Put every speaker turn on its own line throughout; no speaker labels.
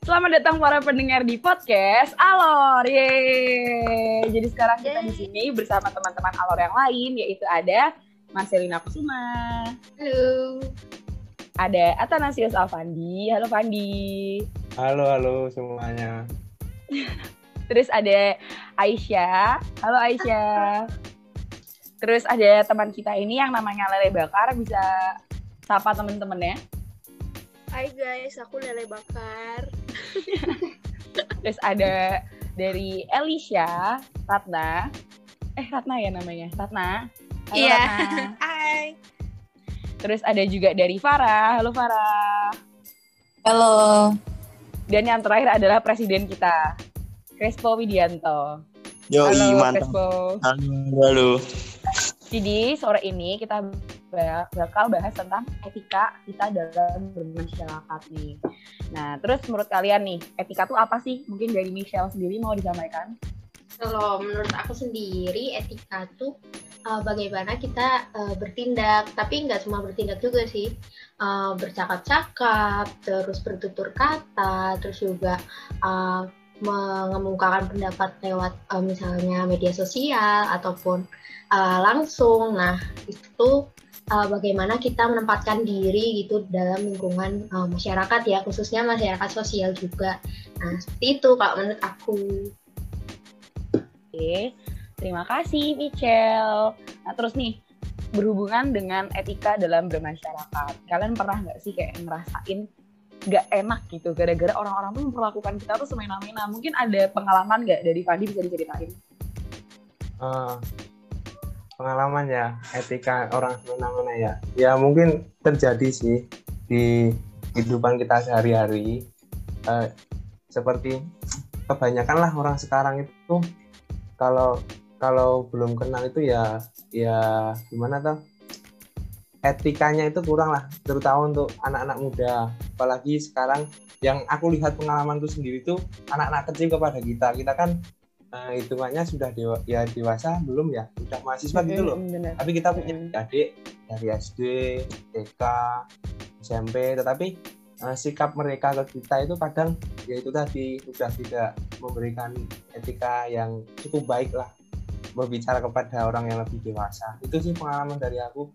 Selamat datang para pendengar di podcast Alor. Yeay. Jadi sekarang kita di sini bersama teman-teman Alor yang lain, yaitu ada Marcelina Kusuma.
Halo.
Ada Athanasius Alfandi. Halo Fandi.
Halo semuanya.
Terus ada Aisyah. Halo Aisyah. Terus ada teman kita ini yang namanya Lele Bakar. Bisa sapa teman-temannya.
Hai guys, aku Lele Bakar.
Terus ada dari Elisha, Ratna. Ratna ya namanya? Ratna. Halo
Iya.
Ratna.
Hai.
Terus ada juga dari Farah. Halo Farah.
Halo.
Dan yang terakhir adalah presiden kita, Crespo Widianto.
Yoi,
Halo
mantap.
Crespo.
Halo.
Jadi sore ini kita bakal bahas tentang etika kita dalam bermasyarakat nih. Nah, terus menurut kalian nih, etika tuh apa sih? Mungkin dari Michelle sendiri mau disampaikan?
Kalau menurut aku sendiri etika tuh bagaimana kita bertindak, tapi nggak cuma bertindak juga sih, bercakap-cakap, terus bertutur kata, terus juga mengemukakan pendapat lewat misalnya media sosial ataupun langsung. Nah, itu bagaimana kita menempatkan diri gitu dalam lingkungan masyarakat ya, khususnya masyarakat sosial juga. Nah, seperti itu kalau menurut aku.
Oke, terima kasih Michelle. Nah, terus nih, berhubungan dengan etika dalam bermasyarakat. Kalian pernah nggak sih kayak ngerasain nggak enak gitu gara-gara orang-orang tuh memperlakukan kita tuh semena-mena? Mungkin ada pengalaman nggak dari Fandi, bisa diceritain?
Pengalaman ya, etika orang semena-mena ya. Ya mungkin terjadi sih di kehidupan kita sehari-hari. Seperti kebanyakan lah orang sekarang itu kalau belum kenal itu ya gimana tuh, etikanya itu kurang lah, terutama untuk anak-anak muda. Apalagi sekarang yang aku lihat pengalamanku sendiri tuh anak-anak kecil kepada kita kan hitungannya sudah dewasa belum ya, sudah mahasiswa gitu loh. Tapi kita punya adik dari SD, TK, SMP, tetapi sikap mereka ke kita itu kadang ya itu tadi sudah tidak memberikan etika yang cukup baik lah berbicara kepada orang yang lebih dewasa. Itu sih pengalaman dari aku.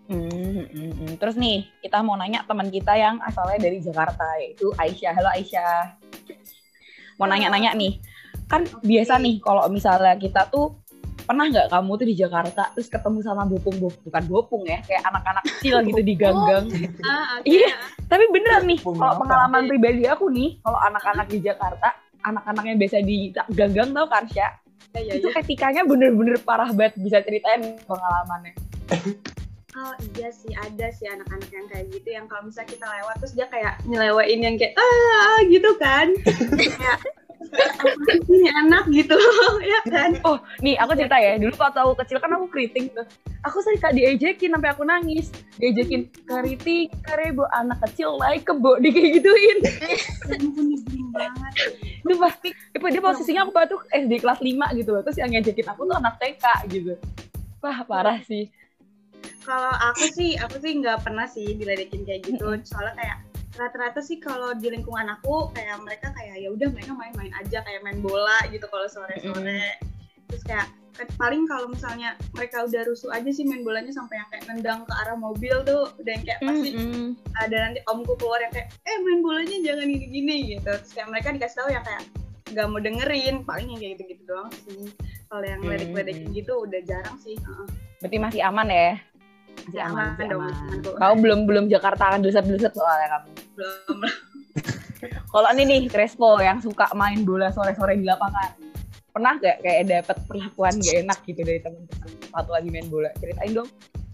Terus nih, kita mau nanya teman kita yang asalnya dari Jakarta, yaitu Aisyah. Halo Aisyah. Mau nanya-nanya nih, kan biasa nih kalau misalnya kita tuh, pernah nggak kamu tuh di Jakarta terus ketemu sama bukan bopung ya, kayak anak-anak kecil gitu di gang-gang. Iya, tapi beneran nih, kalau pengalaman pribadi aku nih, kalau anak-anak di Jakarta, anak-anak yang biasa di gang-gang tau Karsya, itu etikanya bener-bener parah banget. Bisa ceritain pengalamannya?
Oh iya sih, ada sih anak-anak yang kayak gitu, yang kalau misalnya kita lewat terus dia kayak nyelewain yang kayak gitu kan. Kayak ini anak gitu ya kan.
Oh nih aku cerita ya, dulu waktu aku kecil kan aku keriting tuh, aku sering kak diejekin sampai aku nangis, diejekin keriting karebo anak kecil like kebo, di kayak gituin.
Nyebelin banget.
Itu pasti dia posisinya aku batuk SD kelas 5 gitu loh, terus yang ngejekin aku tuh anak TK gitu. Wah parah sih.
Kalau aku sih nggak pernah sih diledekin kayak gitu. Soalnya kayak rata-rata sih kalau di lingkungan aku kayak mereka kayak ya udah mereka main-main aja, kayak main bola gitu kalau sore-sore. Terus kayak paling kalau misalnya mereka udah rusuh aja sih main bolanya sampai yang kayak nendang ke arah mobil tuh, udah yang kayak pasti ada nanti omku keluar yang kayak main bolanya jangan gini-gini gitu. Terus kayak mereka dikasih tahu yang kayak nggak mau dengerin, paling yang kayak gitu-gitu doang sih. Kalau yang ledek-ledekin gitu udah jarang sih.
Berarti masih aman ya? Masih aman dong. Kamu belum Jakarta kan deset-deset soalnya kamu.
Belum.
Kalau ini nih Crespo yang suka main bola sore-sore di lapangan, pernah gak kayak dapet perlakuan gak enak gitu dari teman-teman waktu lagi main bola? Ceritain dong.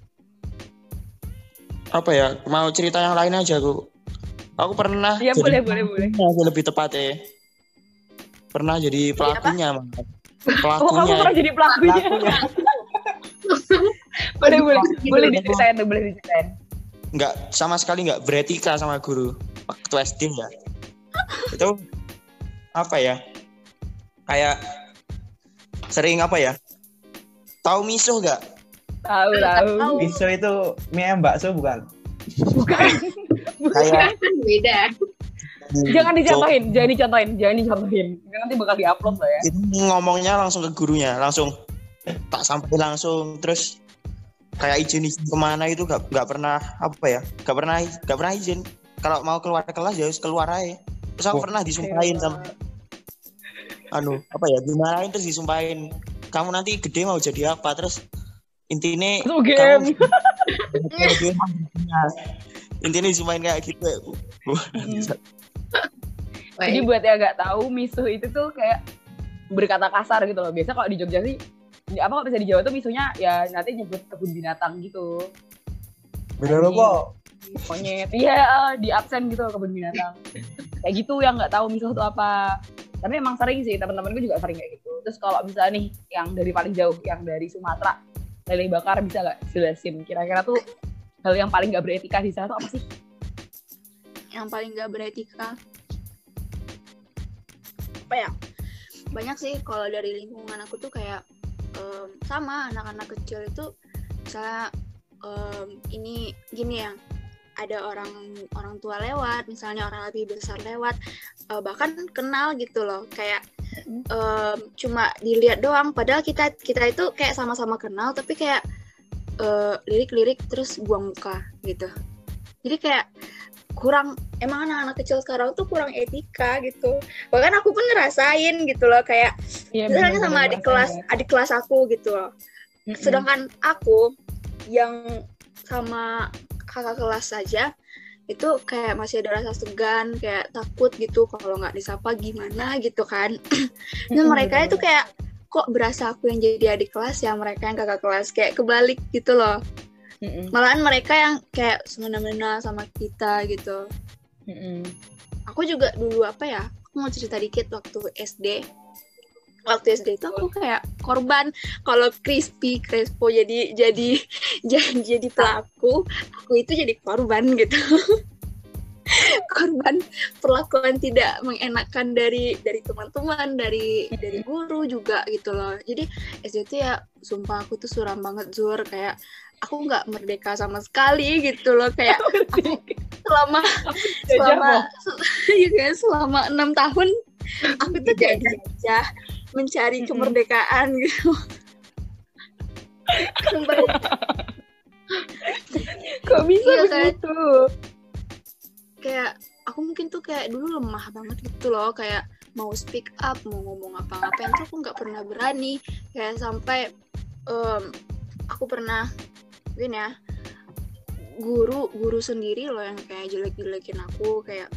Apa ya? Mau cerita yang lain aja aku pernah.
Iya boleh.
Lebih tepatnya pernah jadi pelakunya.
Oh kamu pernah jadi pelakunya? boleh diceritain.
Nggak, sama sekali nggak beretika sama guru waktu SD ya. Itu apa ya, kayak sering apa ya, tahu miso nggak?
Tahu.
Miso itu mie bakso bukan?
Bukan.
Kayak beda.
Jangan dicontohin. Nanti bakal diupload loh ya.
Itu ngomongnya langsung ke gurunya, langsung tak sampai langsung, terus kayak izin kemana itu gak pernah gak pernah izin. Kalau mau keluar kelas ya harus keluar aja. Terus aku pernah disumpahin sama dimarahin terus disumpahin, kamu nanti gede mau jadi apa, terus intinya
game.
Intinya disumpahin kayak gitu ya.
Jadi buat yang nggak tahu, misuh itu tuh kayak berkata kasar gitu loh. Biasa kalau di Jogja sih kalau bisa di Jawa tuh misuhnya ya nanti nyebut kebun binatang gitu.
Bener kok.
Monyet, iya di absen gitu kebun binatang. Kayak gitu yang nggak tahu misuh itu apa. Tapi emang sering sih, teman-temanku juga sering kayak gitu. Terus kalau misalnya nih yang dari paling jauh, yang dari Sumatera, lele bakar, bisa nggak jelasin kira-kira tuh hal yang paling nggak beretika di sana tuh apa sih?
Yang paling nggak beretika apa ya? Banyak sih. Kalau dari lingkungan aku tuh kayak sama anak-anak kecil itu misalnya ini gini ya, ada orang tua lewat, misalnya orang lebih besar lewat, bahkan kenal gitu loh, kayak cuma dilihat doang, padahal kita itu kayak sama-sama kenal, tapi kayak lirik-lirik terus buang muka gitu. Jadi kayak kurang, emang anak-anak kecil sekarang tuh kurang etika gitu. Bahkan aku pun ngerasain gitu loh, kayak misalnya sama adik kelas aku gitu loh. Sedangkan aku yang sama kakak kelas saja itu kayak masih ada rasa segan, kayak takut gitu kalau nggak disapa gimana gitu kan. Nah mereka itu kayak kok berasa aku yang jadi adik kelas ya, mereka yang kakak kelas, kayak kebalik gitu loh. Malahan mereka yang kayak semena-mena sama kita gitu. Aku juga dulu aku mau cerita dikit waktu SD itu aku kayak korban. Kalau Crispy Crespo jadi pelaku, aku itu jadi korban gitu. Korban perlakuan tidak mengenakan dari teman-teman, dari guru juga gitu loh. Jadi SD itu ya sumpah aku tuh suram banget, Zur, kayak aku nggak merdeka sama sekali gitu loh, kayak aku selama 6 tahun aku tuh kayak dijajah, mencari kemerdekaan gitu.
Kok bisa begitu?
Kayak aku mungkin tuh kayak dulu lemah banget gitu loh, kayak mau speak up, mau ngomong apa-ngapain tuh aku nggak pernah berani. Kayak sampai aku pernah mungkin ya guru sendiri loh yang kayak jelek-jelekin aku, kayak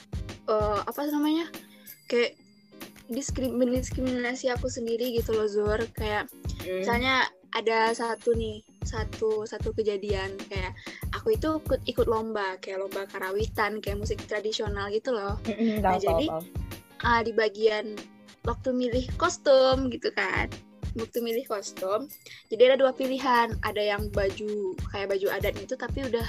kayak diskriminasi aku sendiri gitu loh, Zur. Kayak misalnya ada satu kejadian, kayak aku itu ikut lomba, kayak lomba karawitan, kayak musik tradisional gitu loh. Nah jadi di bagian waktu milih kostum gitu kan, jadi ada 2 pilihan, ada yang baju adat itu tapi udah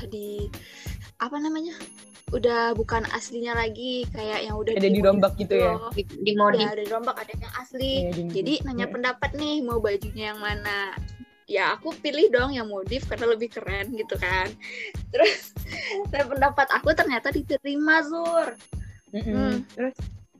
udah bukan aslinya lagi, kayak yang udah
ada dirombak gitu ya,
dimodif.
Ya, ada dirombak, ada yang asli. Jadi nanya pendapat nih, mau bajunya yang mana. Ya aku pilih dong yang modif karena lebih keren gitu kan. Terus pendapat aku ternyata diterima, Zur.
Terus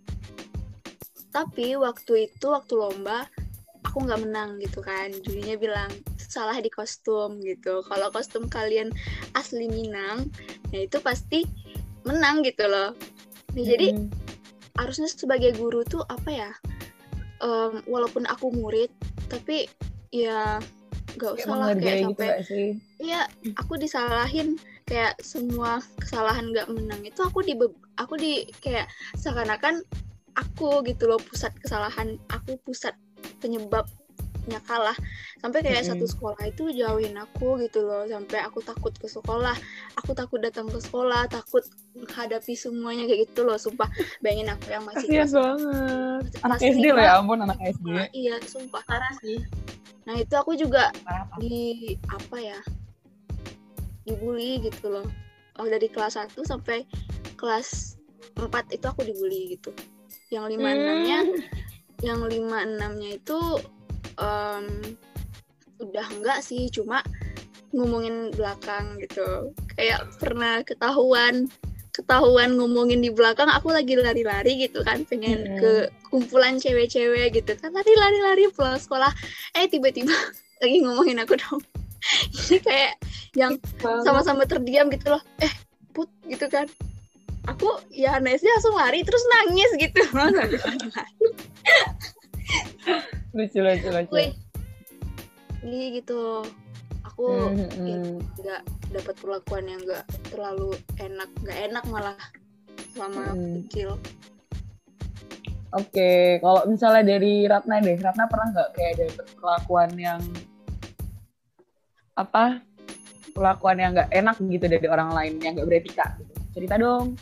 tapi waktu lomba aku nggak menang gitu kan. Jurinya bilang salah di kostum gitu. Kalau kostum kalian asli Minang, nah itu pasti menang gitu loh. Nah, jadi harusnya sebagai guru tuh walaupun aku murid, tapi ya nggak usah lah kayak sampai gitu iya aku disalahin, kayak semua kesalahan nggak menang itu aku di kayak seakan-akan aku gitu loh pusat kesalahan, aku pusat penyebabnya kalah, sampai kayak satu sekolah itu jauhin aku gitu loh, sampai aku takut ke sekolah, aku takut datang ke sekolah, takut menghadapi semuanya kayak gitu loh, sumpah. Bayangin aku yang masih
kasian banget, anak SD loh, ya ampun, anak SD.
Iya sumpah parah sih. Nah itu aku juga dibully gitu loh. Dari kelas 1 sampai kelas 4 itu aku dibully gitu. Yang 5-6-nya itu udah enggak sih, cuma ngomongin belakang gitu. Kayak pernah ketahuan ketahuan ngomongin di belakang, aku lagi lari-lari gitu kan, pengen ke kumpulan cewek-cewek gitu kan, lari-lari pulang sekolah, tiba-tiba lagi ngomongin aku dong. Jadi kayak yang sama-sama terdiam gitu loh, Put gitu kan, aku ya naisnya langsung lari terus nangis gitu.
Lucu.
Wih, gitu. Aku nggak dapat perlakuan yang nggak terlalu nggak enak malah selama kecil.
Oke, kalau misalnya dari Ratna deh, Ratna pernah nggak kayak dapet perlakuan yang nggak enak gitu dari orang lain yang nggak beretika gitu? Cerita dong.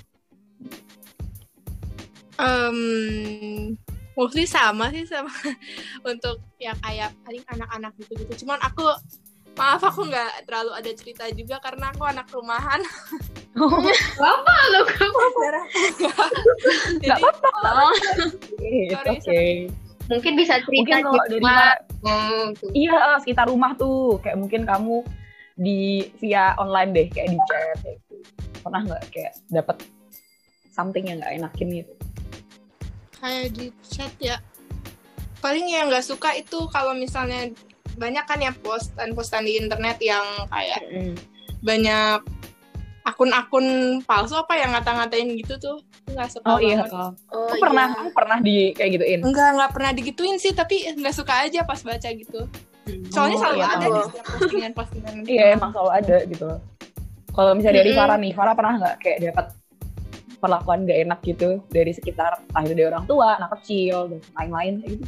Mostly sama untuk yang kayak paling anak-anak gitu. Cuman aku nggak terlalu ada cerita juga karena aku anak rumahan.
Apa lo kamu?
Nggak apa-apa. Oke.
Mungkin bisa cerita
mungkin kalau dari
tuh.
Iya, sekitar rumah tuh kayak mungkin kamu via online deh, kayak di chat kayak gitu. Pernah nggak kayak dapet something yang nggak enakin gitu?
Kayak di chat ya. Paling yang nggak suka itu kalau misalnya banyak kan ya postan di internet yang kayak banyak akun-akun palsu apa yang ngata-ngatain gitu tuh. Nggak suka banget.
Aku pernah di kayak gituin?
Nggak pernah digituin sih, tapi nggak suka aja pas baca gitu. Soalnya selalu ada di setiap postingan.
Iya, emang selalu ada gitu. Kalau misalnya dari Farah nih, Farah pernah nggak kayak dapat perlakuan nggak enak gitu dari sekitar, entah itu dari orang tua, anak kecil, dan lain-lain gitu?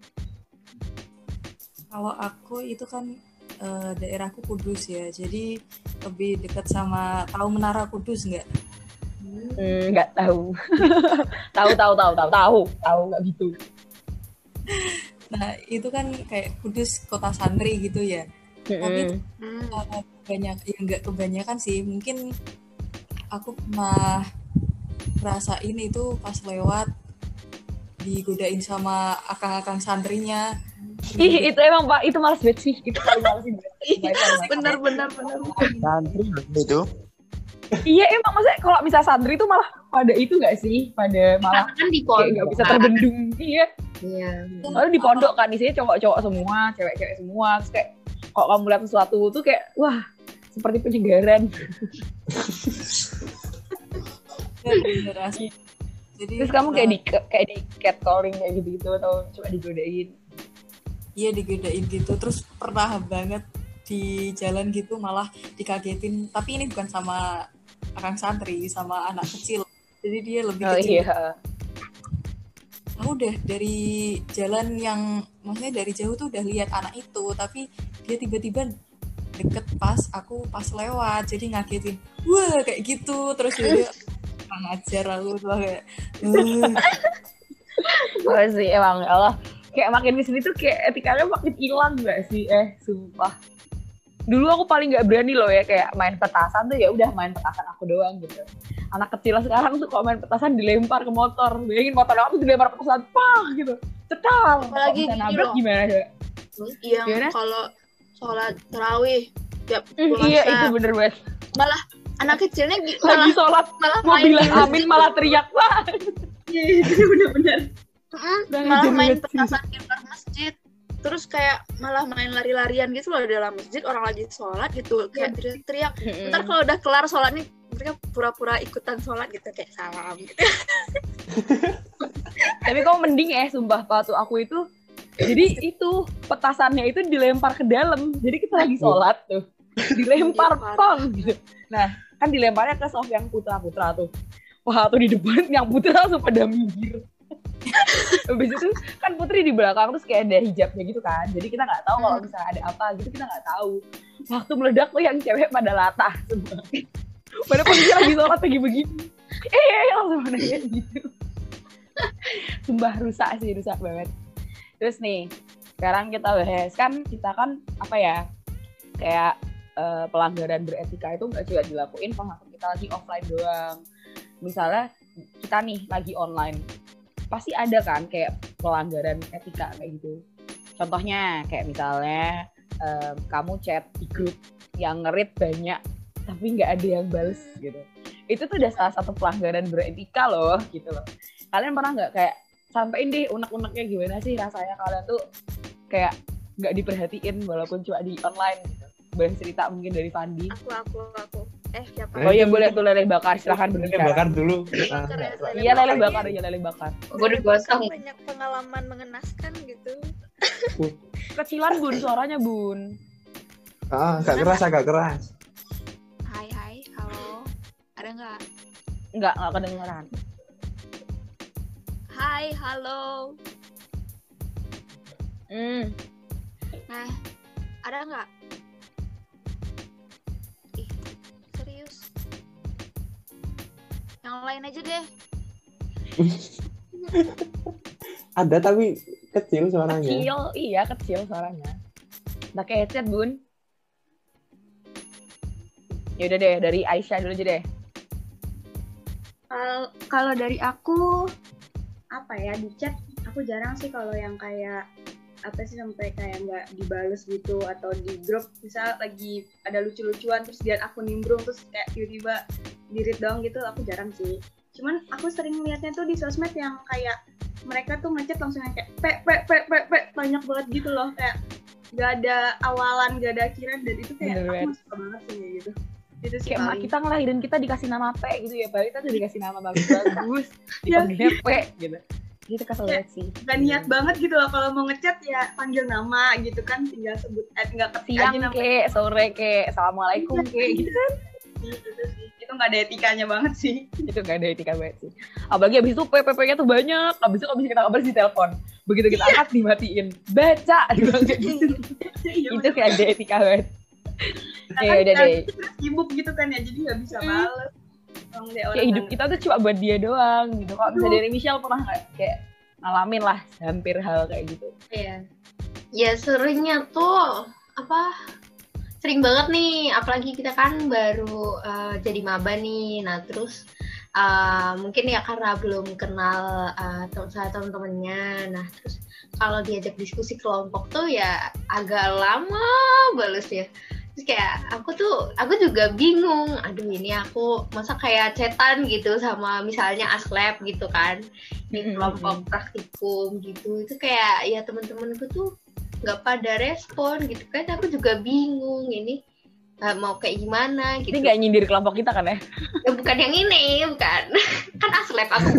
Kalau aku itu kan daerahku Kudus ya, jadi lebih dekat sama, tahu Menara Kudus nggak?
Nggak tahu. tahu nggak gitu.
Nah itu kan kayak Kudus kota santri gitu ya. Tapi banyak ya nggak kebanyakan sih, mungkin aku pernah rasain itu pas lewat digodain sama akang-akang santrinya.
Itu emang Pak, itu malas banget sih, itu paling malas sih.
Bener.
Santri itu.
Iya emang, maksudnya kalau misal santri itu malah pada itu nggak sih, pada malah
Kan di
kayak nggak bisa terbendung. Iya. Lalu di pondok kan, di sini cowok-cowok semua, cewek-cewek semua, terus kayak kalau kamu lihat sesuatu tuh kayak wah seperti penyegaran.
Bener asli. Jadi
Terus kamu kayak di catcalling kayak gitu atau cuma digodain?
Iya digodain gitu. Terus pernah banget di jalan gitu malah dikagetin. Tapi ini bukan sama akang santri, sama anak kecil. Jadi dia lebih kecil.
Iya.
Aku udah dari jalan yang maksudnya dari jauh tuh udah lihat anak itu, tapi dia tiba-tiba deket pas lewat, jadi ngagetin. Wah kayak gitu. Terus dia ngajar aku tuh kayak.
Oh sih emang Allah. Kayak makin di sini tuh kayak etikanya makin hilang nggak sih? Sumpah. Dulu aku paling nggak berani loh ya kayak main petasan tuh, ya udah main petasan aku doang gitu. Anak kecil sekarang tuh kalau main petasan dilempar ke motor. Bayangin motor aku tuh dilempar petasan, pah gitu. Cetar.
Apalagi
bisa nabrak gimana ya?
Yang kalau sholat tarawih tiap
iya itu bener banget.
Malah anak kecilnya
lagi sholat mau bilang amin malah teriak banget.
Iya itu bener-bener.
Malah main petasan di luar masjid, terus kayak malah main lari-larian gitu loh di dalam masjid, orang lagi sholat gitu kayak teriak-teriak. Ntar kalau udah kelar sholat nih mereka pura-pura ikutan sholat gitu kayak salam gitu.
Tapi kamu mending sumpah waktu aku itu, jadi itu petasannya itu dilempar ke dalam, jadi kita lagi sholat tuh dilempar pang gitu. Nah kan dilemparnya ke soft yang putra-putra tuh, wah tuh di depan yang putra langsung pada minggir. Habis itu kan putri di belakang terus kayak ada hijabnya gitu kan, jadi kita nggak tahu kalau misalnya ada apa gitu, kita nggak tahu. Waktu meledak tuh yang cewek pada latah semua, pada posisi lagi sholat lagi begini, langsung pada kayak gitu. Sumpah rusak banget. Terus nih sekarang kita bahas, kan kita kan apa ya, kayak pelanggaran beretika itu nggak juga dilakuin pas kita lagi offline doang. Misalnya kita nih lagi online, pasti ada kan kayak pelanggaran etika kayak gitu. Contohnya kayak misalnya kamu chat di grup yang nge-read banyak tapi nggak ada yang bales gitu. itu tuh udah salah satu pelanggaran beretika loh gitu loh. Kalian pernah nggak kayak sampein deh unek-uneknya gimana sih rasanya kalian tuh kayak nggak diperhatiin walaupun cuma di online gitu. Boleh cerita mungkin dari Fandi.
Aku. Siapa?
Oh iya boleh tuh leleh bakar, silahkan
Leleh
berbicara.
bakar dulu.
Iya leleh bakar aja leleh bakar.
Gue udah gosong.
Banyak pengalaman mengenaskan gitu.
Kecilan Bun suaranya Bun.
Agak keras.
Hai, halo. Ada nggak?
Enggak kedengeran.
Hai, halo. Nah, ada nggak? Ih, serius. Yang lain aja deh.
Ada tapi kecil suaranya.
Kecil suaranya. Pakai headset Bun. Ya udah deh, dari Aisyah dulu aja deh.
Kalau dari aku apa ya, di chat aku jarang sih kalau yang kayak apa sih sampai kayak nggak dibales gitu, atau di grup misal lagi ada lucu-lucuan terus dia aku nimbrung terus kayak tiba-tiba di-read doang gitu, aku jarang sih. Cuman aku sering lihatnya tuh di sosmed yang kayak mereka tuh ngechat langsung yang kayak pe banyak banget gitu loh, kayak nggak ada awalan, nggak ada akhiran, dan itu kayak aku suka banget sih kayak gitu. Itu sih
Kayak
paling.
kita ngelahirin kita dikasih nama P gitu ya, Bali kita tuh dikasih nama bagus-bagus, dipanggilnya P gitu. Gitu kesel banget sih.
Gak niat banget gitu loh, kalau mau ngechat ya panggil nama gitu kan, tinggal sebut nggak ketik aja
Siang
nama.
kek, sore kek, assalamualaikum kek gitu kan.
Gitu sih, itu nggak ada etikanya banget sih.
Itu gak ada etika banget sih. Apalagi abis itu PP-nya tuh banyak, abis itu kalau bisa kita kabar di telepon, begitu kita angkat dimatiin, baca dibilang kayak gitu. Itu kayak ada etika banget. Ya udah deh.
Kita sibuk gitu kan ya, jadi nggak bisa bales.
Kayak hidup kita tuh cuma buat dia doang gitu. Kalau misalnya dari Michelle pernah nggak kayak ngalamin lah hampir hal kayak gitu?
Iya. Ya seringnya tuh sering banget nih, apalagi kita kan baru jadi maba nih. Nah terus mungkin ya karena belum kenal sama temen-temennya. Nah terus kalau diajak diskusi kelompok tuh ya agak lama balesnya. Terus kayak aku juga bingung, aduh ini aku masa kayak chatan gitu sama misalnya aslab gitu kan di kelompok praktikum gitu, itu kayak ya teman-temanku tuh nggak pada respon gitu kan, aku juga bingung ini mau kayak gimana gitu.
Ini nggak nyindir kelompok kita kan ya?
Bukan yang ini, bukan kan aslab aku.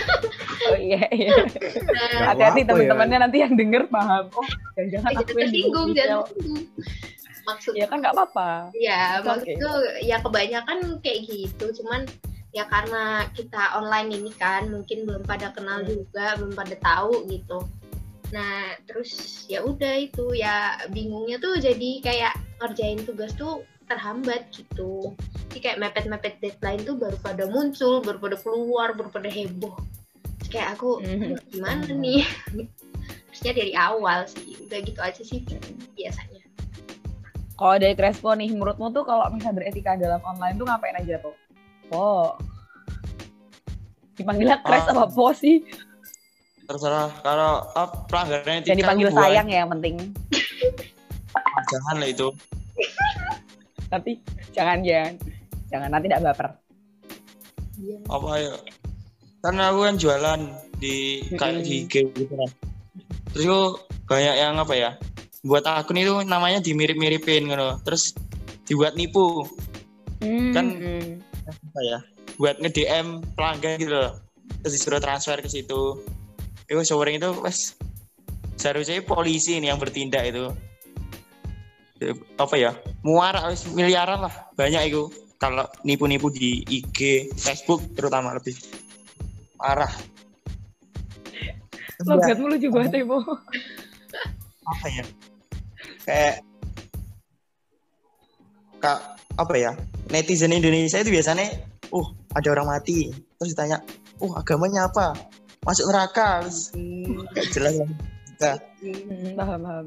Oh iya.
Nah,
Hati-hati teman-temannya nanti yang denger paham. Oh jangan aku yang
tersinggung, jangan
maksudnya kan nggak apa-apa.
Ya
Okay.
maksudku ya kebanyakan kayak gitu, cuman ya karena kita online ini kan mungkin belum pada kenal juga, belum pada tahu gitu. Nah terus ya udah itu ya bingungnya tuh jadi kayak ngerjain tugas tuh terhambat gitu. Jadi kayak mepet-mepet deadline tuh baru pada muncul, baru pada keluar, baru pada heboh. Terus kayak aku gimana nih? Terusnya dari awal sih, udah gitu aja sih biasanya.
Kalau dari Crespo nih, menurutmu tuh kalau misalnya beretika dalam online tuh ngapain aja tuh? Po. Dipanggilnya Cres apa Po sih?
Terserah. Kalau pelanggaran etika.
Jadi dipanggil sayang ya yang penting.
Jangan lah itu.
Tapi jangan nanti tidak baper.
Apa ya? Karena aku kan jualan di kayak di IG gitu kan. Terus aku banyak yang apa ya? Buat akun itu namanya dimirip-miripin gitu. Terus dibuat nipu. Kan apa ya? Buat nge-DM pelanggan gitu loh. Terus disuruh transfer ke situ. Itu sering itu pas seharusnya polisi ini yang bertindak itu. Apa ya? Muara miliaran lah. Banyak itu. Kalau nipu-nipu di IG, Facebook terutama lebih parah.
Logatmu lucu banget Ibu.
Apa ya? Kayak apa ya? Netizen Indonesia itu biasanya, ada orang mati, terus ditanya, agamanya apa? Masuk neraka, terus jelas lah.
Paham.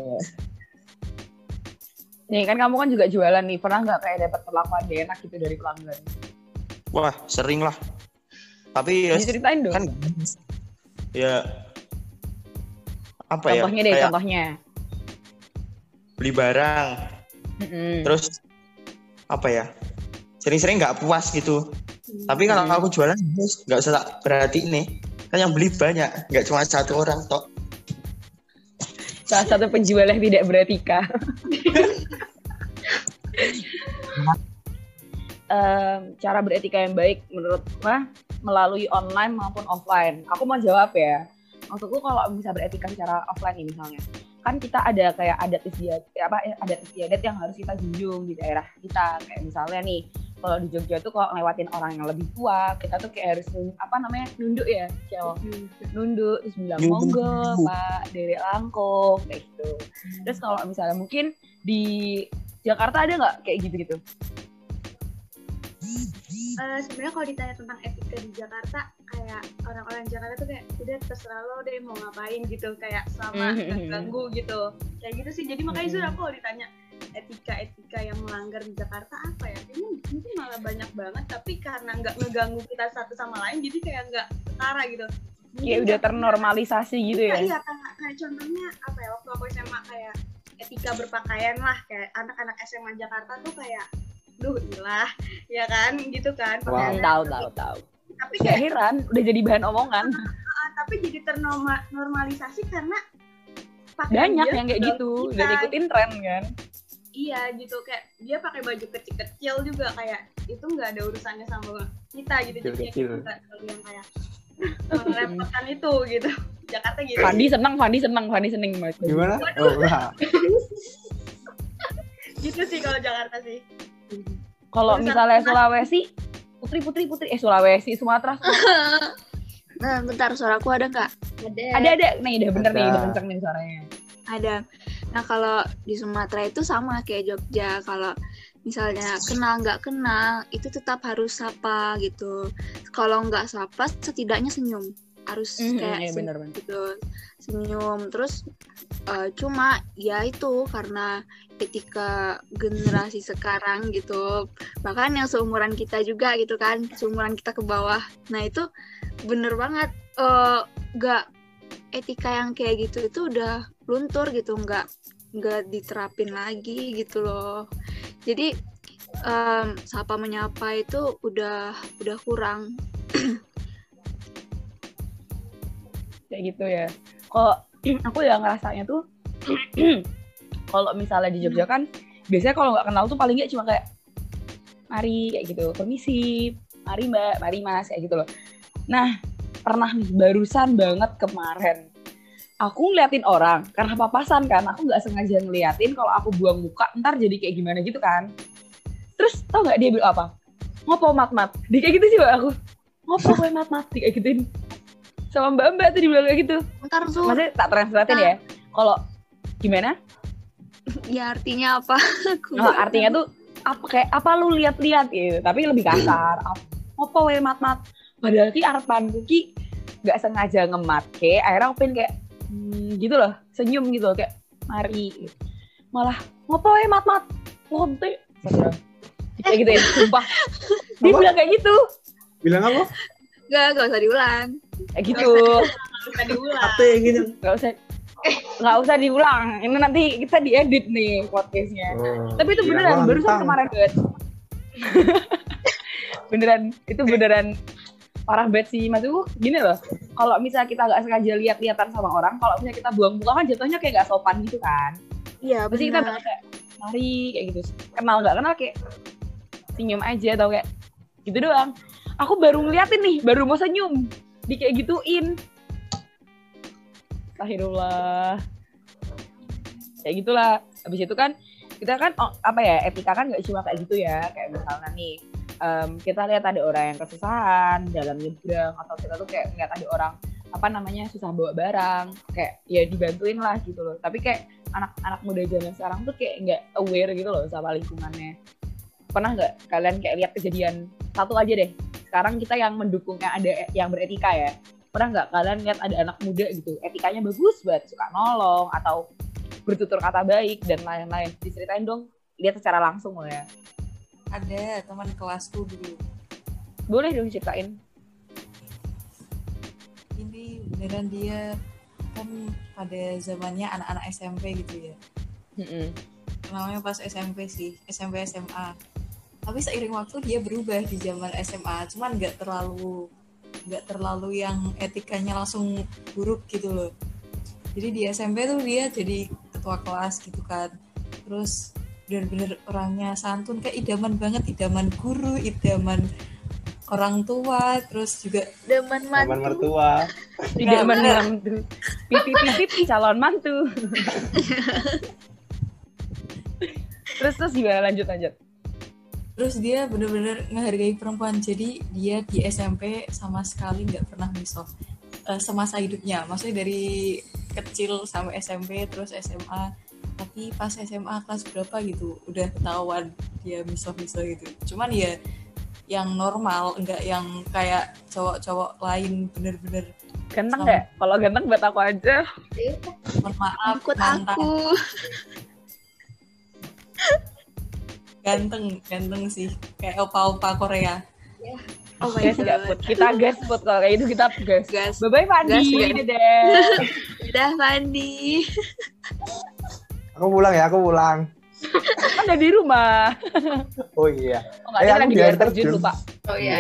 Nih kan kamu kan juga jualan nih, pernah nggak kayak dapat perlakuan gak enak gitu dari pelanggan?
Wah, sering lah. Tapi
diceritain dong.
Kan ya apa
contohnya
ya?
Deh,
kayak
contohnya.
Beli barang. Terus apa ya? Sering-sering nggak puas gitu. Tapi kalau aku jualan nggak usah tak berarti nih, kan yang beli banyak, nggak cuma satu orang tok.
Salah satu penjual yang tidak beretika. Cara beretika yang baik menurut Mah melalui online maupun offline. Aku mau jawab ya. Maksudku kalau bisa beretika secara offline nih misalnya, kan kita ada kayak adat istiadat yang harus kita junjung di daerah kita. Kayak misalnya nih, kalau di Jogja tuh kalau ngelewatin orang yang lebih tua, kita tuh kayak harus nunduk ya, cewek. Nunduk terus bilang monggo, Pak, Derek Langkung kayak gitu. Terus kalau misalnya mungkin di Jakarta ada nggak kayak gitu-gitu?
Sebenarnya kalau ditanya tentang etika di Jakarta, kayak orang-orang Jakarta tuh kayak udah terserah lo deh mau ngapain gitu, kayak sama nggak ganggu gitu, kayak gitu sih. Jadi makanya sudah kalau ditanya etika yang melanggar di Jakarta apa ya, kayaknya mungkin malah banyak banget, tapi karena nggak ngeganggu kita satu sama lain, jadi kayak nggak setara gitu.
Kayak udah ternormalisasi gitu ya?
Iya, kayak contohnya apa ya, waktu aku SMA kayak etika berpakaian lah, kayak anak-anak SMA Jakarta tuh kayak duh ilah, ya kan, gitu kan.
Wow. Tahu.
Tapi
kayak heran, udah jadi bahan omongan.
Tapi jadi ternormalisasi karena
banyak yang kayak gitu, udah ikutin tren kan.
Iya gitu, kayak dia pakai baju kecil-kecil juga, kayak itu nggak ada urusannya sama kita gitu. Jadi nggak terlalu yang kayak merepotkan itu gitu. Jakarta gitu.
Fandi seneng banget.
Gimana?
Gitu sih kalau Jakarta sih.
Kalau misalnya Sulawesi, Putri, Sulawesi, Sumatera.
Nah, bentar, suaraku ada nggak?
Ada. Nih, udah bener nih, udah kenceng nih suaranya.
Ada. Nah, kalau di Sumatera itu sama kayak Jogja. Kalau misalnya kenal nggak kenal, itu tetap harus sapa gitu. Kalau nggak sapa, setidaknya senyum. Harus kayak
bener.
gitu, senyum. Terus cuma ya itu karena etika generasi sekarang gitu, bahkan yang seumuran kita juga gitu kan, seumuran kita ke bawah. Nah itu bener banget, nggak, etika yang kayak gitu itu udah luntur gitu, nggak diterapin lagi gitu loh. Jadi sapa menyapa itu udah kurang.
Kayak gitu ya. Kalau aku ya ngerasanya tuh kalau misalnya di Jogja kan biasanya kalau nggak kenal tuh paling nggak cuma kayak mari kayak gitu, permisi, mari Mbak, mari Mas kayak gitu loh. Nah pernah nih barusan banget kemarin aku ngeliatin orang karena papasan kan, aku nggak sengaja ngeliatin kalau aku buang muka ntar jadi kayak gimana gitu kan. Terus tau nggak dia bilang apa? Ngopo mat-mat? Dia kayak gitu sih Mbak aku. Ngopo gue mat-mat? Dia kayak gituin sama Mbak tuh dibilang kayak gitu.
Ntar tuh.
Maksudnya tak translatein ya. Kalau gimana?
Ya artinya apa?
Artinya tuh apa lu lihat-lihat gitu, tapi lebih kasar. Apa we mat-mat? Padahal ki arepanku ki enggak sengaja ngemat ke, akhirnya aku pengen kayak gitu loh, senyum gitu loh, kayak mari. Malah ngopo we mat-mat? Lonte. Kayak gitu ya, sumpah. Dia bilang kayak gitu.
Bilang apa?
Enggak usah diulang.
Kayak gitu.
Nggak usah diulang.
Apa yang gitu?
Nggak usah diulang. Ini nanti kita diedit nih podcastnya. Tapi itu beneran, barusan kemarin banget. beneran parah banget sih. Maksudku gini loh, kalau misalnya kita nggak sengaja lihat-lihatan sama orang, kalau misalnya kita buang muka kan jatuhnya kayak nggak sopan gitu kan.
Iya,
pasti kita kayak mari kayak gitu. Kenal nggak kenal kayak senyum aja atau kayak gitu doang. Aku baru ngeliatin nih, baru mau senyum, di kayak gituin. Astagfirullah. Kayak gitulah. Habis itu kan kita kan etika kan nggak cuma kayak gitu ya. Kayak misalnya nih kita lihat ada orang yang kesusahan dalam nyebrang, atau kita tuh kayak ngeliat ada orang susah bawa barang, kayak ya dibantuin lah gitu loh. Tapi kayak anak-anak muda zaman sekarang tuh kayak nggak aware gitu loh sama lingkungannya. Pernah nggak kalian kayak lihat kejadian satu aja deh? Sekarang kita yang mendukungnya ada yang beretika ya. Pernah nggak kalian lihat ada anak muda gitu, etikanya bagus banget, suka nolong atau bertutur kata baik dan lain-lain? Diceritain dong, lihat secara langsung loh ya.
Ada teman kelasku dulu.
Boleh dong ceritain.
Ini beneran dia kan pada zamannya anak-anak SMP gitu ya. Namanya pas SMP sih, SMP SMA. Tapi seiring waktu dia berubah di zaman SMA, cuman nggak terlalu yang etikanya langsung buruk gitu loh. Jadi di SMP tuh dia jadi ketua kelas gitu kan, terus bener-bener orangnya santun, kayak idaman banget, idaman guru, idaman orang tua, terus juga
Demen
mertua.
Tidak menantu. Pipip calon mantu. Terus gimana, lanjut.
Terus dia bener-bener menghargai perempuan. Jadi dia di SMP sama sekali nggak pernah misoh semasa hidupnya. Maksudnya dari kecil sampai SMP terus SMA. Tapi pas SMA kelas berapa gitu udah ketahuan dia misoh gitu. Cuman ya yang normal, enggak yang kayak cowok-cowok lain bener-bener
Ganteng nggak? Kalau ganteng buat aku aja.
mohon maaf
ikut
mantan.
aku.
Ganteng sih, kayak opa-opa Korea.
Oh my
Gas nggak,
god.
Put? Kita gas, Put. Kalau kayak itu kita gas.
Gas.
Bye-bye, Fandi.
Gas.
Dadah.
Udah Fandi.
Aku pulang.
Kan udah di rumah.
Oh iya.
Oh, nggak, dia lagi di air terjun, lupa.
Oh iya.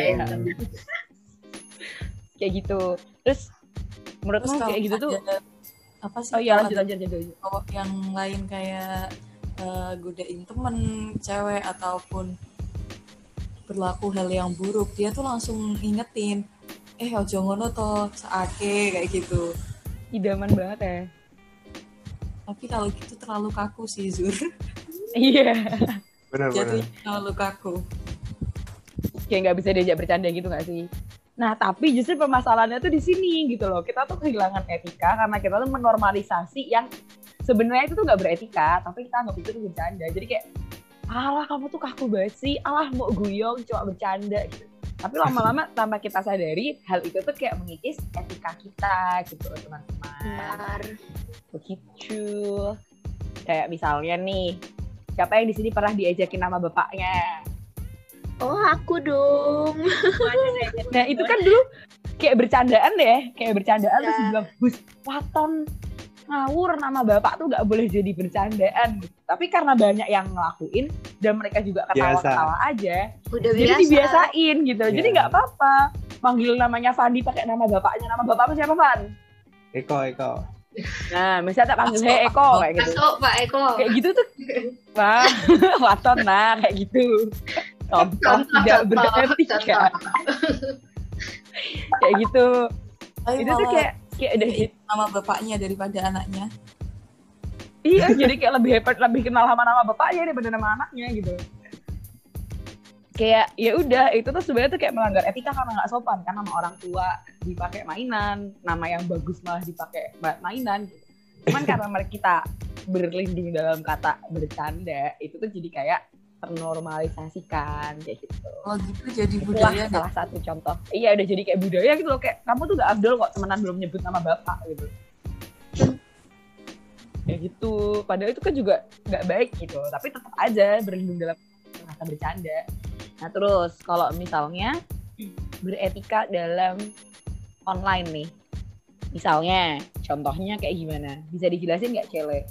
Kayak gitu. Terus, menurutmu
Terus kalau
kayak gitu tuh,
ada apa sih?
oh iya,
kalau
lanjut.
ada cowok yang lain kayak godain temen cewek ataupun berlaku hal yang buruk, dia tuh langsung ingetin, ojo ngono to, saake, kayak gitu.
idaman banget ya.
Tapi kalau gitu terlalu kaku sih, Zur.
Iya.
Benar.
Jadi terlalu kaku.
Kayak nggak bisa diajak bercanda gitu nggak sih? Nah, tapi justru permasalahannya tuh di sini gitu loh. Kita tuh kehilangan etika karena kita tuh menormalisasi yang sebenarnya itu tuh nggak beretika, tapi kita anggap itu tuh bercanda. Jadi kayak, alah kamu tuh kaku banget sih, alah mau guyong cuma bercanda gitu. Tapi lama-lama tanpa kita sadari, hal itu tuh kayak mengikis etika kita gitu loh, teman-teman.
Benar.
Begitu. Kayak misalnya nih, siapa yang di sini pernah diajakin nama bapaknya?
Oh, aku dong.
Nah, itu kan dulu kayak bercandaan deh, terus bilang, "Bus, waton ngawur, nama bapak tuh nggak boleh jadi bercandaan." Gitu. Tapi karena banyak yang ngelakuin dan mereka juga ketawa-ketawa aja,
Udah
jadi
biasa.
dibiasain gitu. Jadi
Iya.
nggak apa-apa manggil namanya Fandi pakai nama bapaknya. Nama bapakmu siapa, Van?
Eko.
Nah, misalnya tak panggil Hey Eko kayak gitu.
Masuk Pak Eko.
Kayak gitu tuh, wah, waton nah kayak gitu. Contoh tidak beretika. Kayak gitu.
Tapi
Itu tuh
malah
kayak udah hit.
nama bapaknya daripada anaknya.
Iya, jadi kayak lebih kenal sama nama bapaknya daripada nama anaknya gitu. Kayak ya udah, itu tuh sebenarnya tuh kayak melanggar etika karena nggak sopan kan, nama orang tua dipakai mainan, nama yang bagus malah dipakai mainan gitu. Cuman karena kita berlindung dalam kata bercanda, itu tuh jadi kayak ternormalisasikan kayak gitu.
Oh gitu jadi
Itulah
budaya
salah satu contoh. Iya, udah jadi kayak budaya gitu loh, kayak kamu tuh gak afdol kok temenan belum nyebut nama bapak gitu. Kayak gitu. Padahal itu kan juga gak baik gitu, tapi tetap aja berlindung dalam kata bercanda. Nah terus kalau misalnya beretika dalam online nih, misalnya contohnya kayak gimana? Bisa dijelasin nggak, Cele?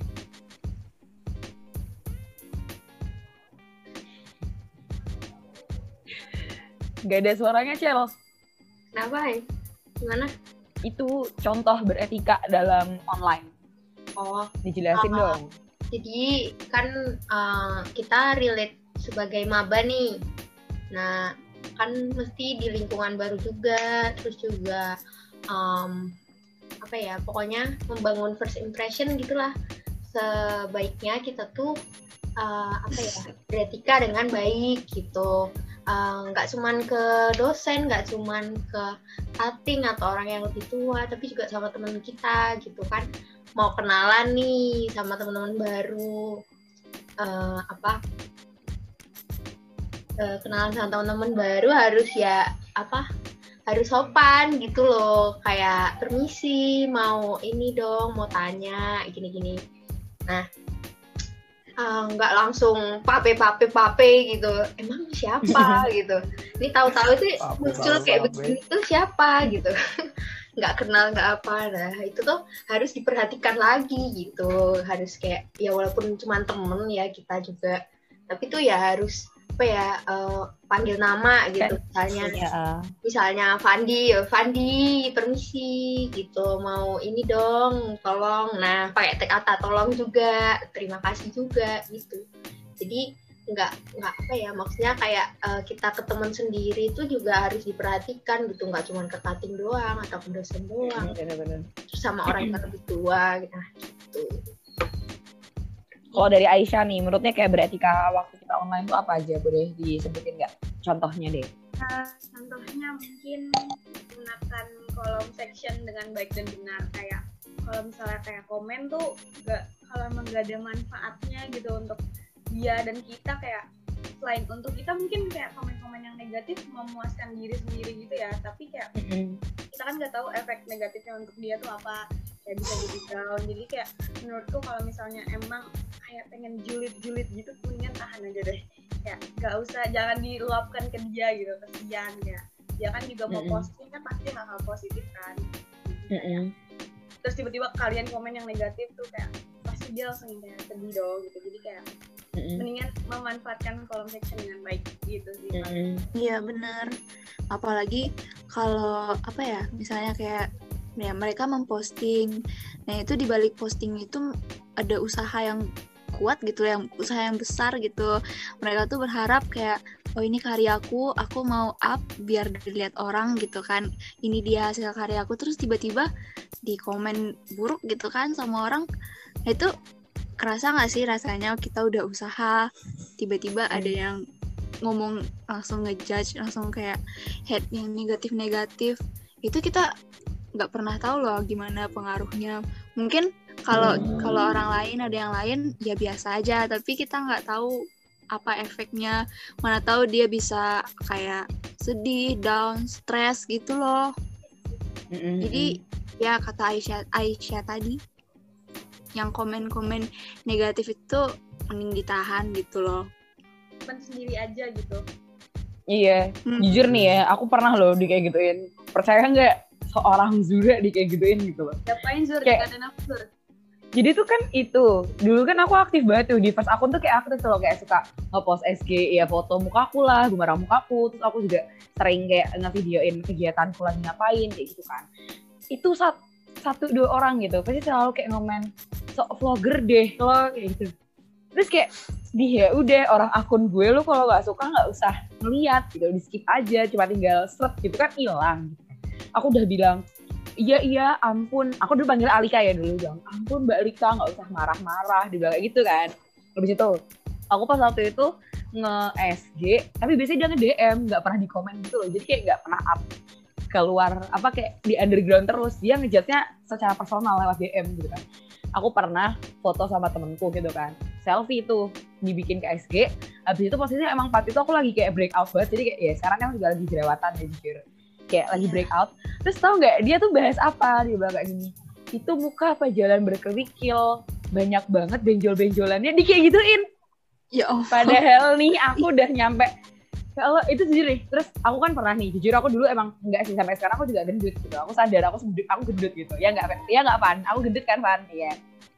Gak ada suaranya, Cel.
Kenapa ya? Gimana?
Itu contoh beretika dalam online.
Oh,
Dijelasin dong.
jadi kan kita relate sebagai maba nih. Nah, kan mesti di lingkungan baru juga, terus juga apa ya, pokoknya membangun first impression gitulah. Sebaiknya kita tuh apa ya, beretika dengan baik gitu. Nggak cuman ke dosen, nggak cuman ke cutting atau orang yang lebih tua, tapi juga sama teman kita gitu kan. Mau kenalan nih sama teman-teman baru, kenalan sama teman-teman baru harus ya harus sopan gitu loh, kayak permisi, mau ini dong, mau tanya gini-gini. Nah, nggak langsung pape gitu, emang siapa gitu, ini tahu-tahu itu muncul kayak begini tuh siapa gitu. Nggak kenal nggak apa. Nah itu tuh harus diperhatikan lagi gitu, harus kayak ya walaupun cuma temen ya kita juga, tapi tuh ya harus apa ya, panggil nama gitu, misalnya Fandi permisi gitu, mau ini dong tolong, nah pakai kata tolong juga, terima kasih juga gitu. Jadi nggak apa ya, maksudnya kayak kita ke teman sendiri itu juga harus diperhatikan gitu, nggak cuma ke cutting doang atau ke dosen doang,
bener-bener.
sama orang yang lebih tua gitu.
Kalau dari Aisyah nih, menurutnya kayak beretika waktu kita online itu apa aja? Boleh disebutin nggak? Contohnya deh.
Contohnya mungkin menggunakan kolom section dengan baik dan benar. Kayak kalau misalnya kayak komen tuh kalau emang nggak ada manfaatnya gitu untuk dia dan kita, kayak selain untuk kita mungkin kayak komen-komen yang negatif memuaskan diri sendiri gitu ya, tapi kayak kita kan nggak tahu efek negatifnya untuk dia tuh apa, kayak bisa jadi down. Jadi kayak menurutku kalau misalnya emang kayak pengen julid gitu, mendingan tahan aja deh, kayak nggak usah, jangan diluapkan ke dia gitu, kesian ya, dia kan juga mau posting kan pasti hal-hal positif kan. Terus tiba-tiba kalian komen yang negatif tuh kayak pasti dia langsung kayak sedih dong gitu. Jadi kayak mendingan memanfaatkan kolom section dengan baik gitu sih.
Iya benar, apalagi kalau apa ya, misalnya kayak ya mereka memposting, nah itu di balik posting itu ada usaha yang kuat gitu, yang usaha yang besar gitu. Mereka tuh berharap kayak, oh ini karyaku, aku mau up biar dilihat orang gitu kan, ini dia hasil karyaku. Terus tiba-tiba di komen buruk gitu kan sama orang. Nah, itu kerasa nggak sih rasanya kita udah usaha, tiba-tiba ada yang ngomong langsung ngejudge, langsung kayak hate yang negatif-negatif. Itu kita nggak pernah tahu loh gimana pengaruhnya. Mungkin kalau orang lain, ada yang lain ya biasa aja, tapi kita nggak tahu apa efeknya. Mana tahu dia bisa kayak sedih, down, stres gitu loh. Jadi ya kata Aisyah tadi, yang komen-komen negatif itu mending ditahan gitu loh.
Sendiri aja gitu.
Iya, jujur nih ya, aku pernah loh di kayak gituin. Percaya nggak, seorang Zura di kayak gituin gitu loh.
Ngapain Zur?
Kayak,
dikatain apa Zur?
Jadi tuh kan itu, dulu kan aku aktif banget tuh di first akun tuh, kayak aktif tuh loh, kayak suka nge-post SG, ya foto mukaku lah, gambar mukaku. Terus aku juga sering kayak nge-videoin kegiatanku lagi ngapain, kayak gitu kan. Itu 1-2 orang gitu, pasti selalu kayak ngomen, sok vlogger deh lo, kayak gitu. Terus kayak, ya udah, orang akun gue lu kalau nggak suka nggak usah ngeliat gitu, di skip aja, cuma tinggal seret gitu kan, hilang. Aku udah bilang, iya ampun, aku dulu panggil Alika ya dulu, bilang ampun Mbak Alika nggak usah marah-marah, dibilang kayak gitu kan. Habis itu aku pas waktu itu nge-SG, tapi biasanya dia nge-DM, nggak pernah di komen gitu loh, jadi kayak nggak pernah up keluar apa kayak di underground terus, dia ngejatnya secara personal lewat DM gitu kan. Aku pernah foto sama temenku gitu kan, selfie itu dibikin ke SG, habis itu posisinya emang part itu aku lagi kayak breakout banget, jadi kayak ya sekarang kan juga lagi jerawatan ya jujur, kayak lagi breakout. Terus tau nggak dia tuh bahas apa, dia bilang kayak gini, itu muka apa jalan berkerikil, banyak banget benjol-benjolannya, di kayak gituin.
Ya Allah.
Padahal nih aku udah nyampe, ya Allah itu jujur nih. Terus aku kan pernah nih, jujur aku dulu emang enggak sih, sampai sekarang aku juga gendut gitu. Aku sadar aku gendut gitu. Ya enggak Van, aku gendut kan Van, iya.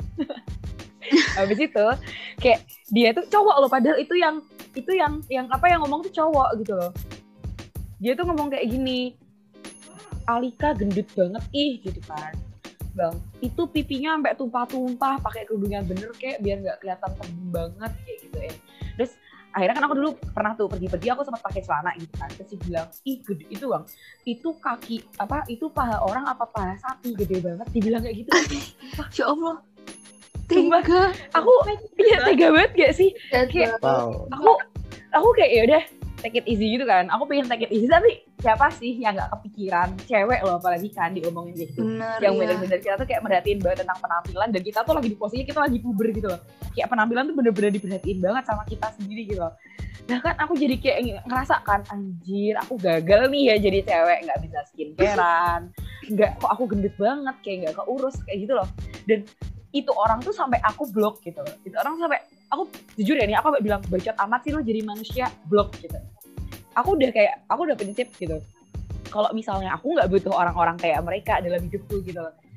Habis itu kayak dia tuh cowok loh, padahal itu yang apa yang ngomong tuh cowok gitu loh. Dia tuh ngomong kayak gini, Alika gendut banget gitu kan. Bang, itu pipinya sampai tumpah-tumpah, pakai kerudung yang bener kayak biar nggak kelihatan tebal banget kayak gitu ya. Terus akhirnya kan aku dulu pernah tuh pergi-pergi, aku sempat pakai celana gitu kan. Terus dia bilang, gede itu Bang, itu kaki apa, itu paha orang apa paha sapi, gede banget. Dibilang kayak gitu.
Ya Allah,
tega. Aku tega banget gak sih? Kayak, aku kayak ya udah take it easy gitu kan. Aku pengen take it easy, tapi siapa sih yang gak kepikiran, cewek loh apalagi kan diomongin gitu. Yang bener-bener kita tuh kayak merhatiin banget tentang penampilan, dan kita tuh lagi di posisinya kita lagi puber gitu loh. Kayak penampilan tuh bener-bener diperhatiin banget sama kita sendiri gitu loh. Nah kan aku jadi kayak ngerasa kan, anjir aku gagal nih ya jadi cewek, gak bisa skincarean, kok aku gendut banget, kayak gak keurus kayak gitu loh. Dan itu orang tuh sampai aku blok gitu loh. Itu orang sampai, aku jujur ya nih, aku sampai bilang, bacot amat sih lo jadi manusia, blok gitu. Aku udah prinsip gitu. Kalau misalnya aku nggak butuh orang-orang kayak mereka dalam hidupku gitu loh.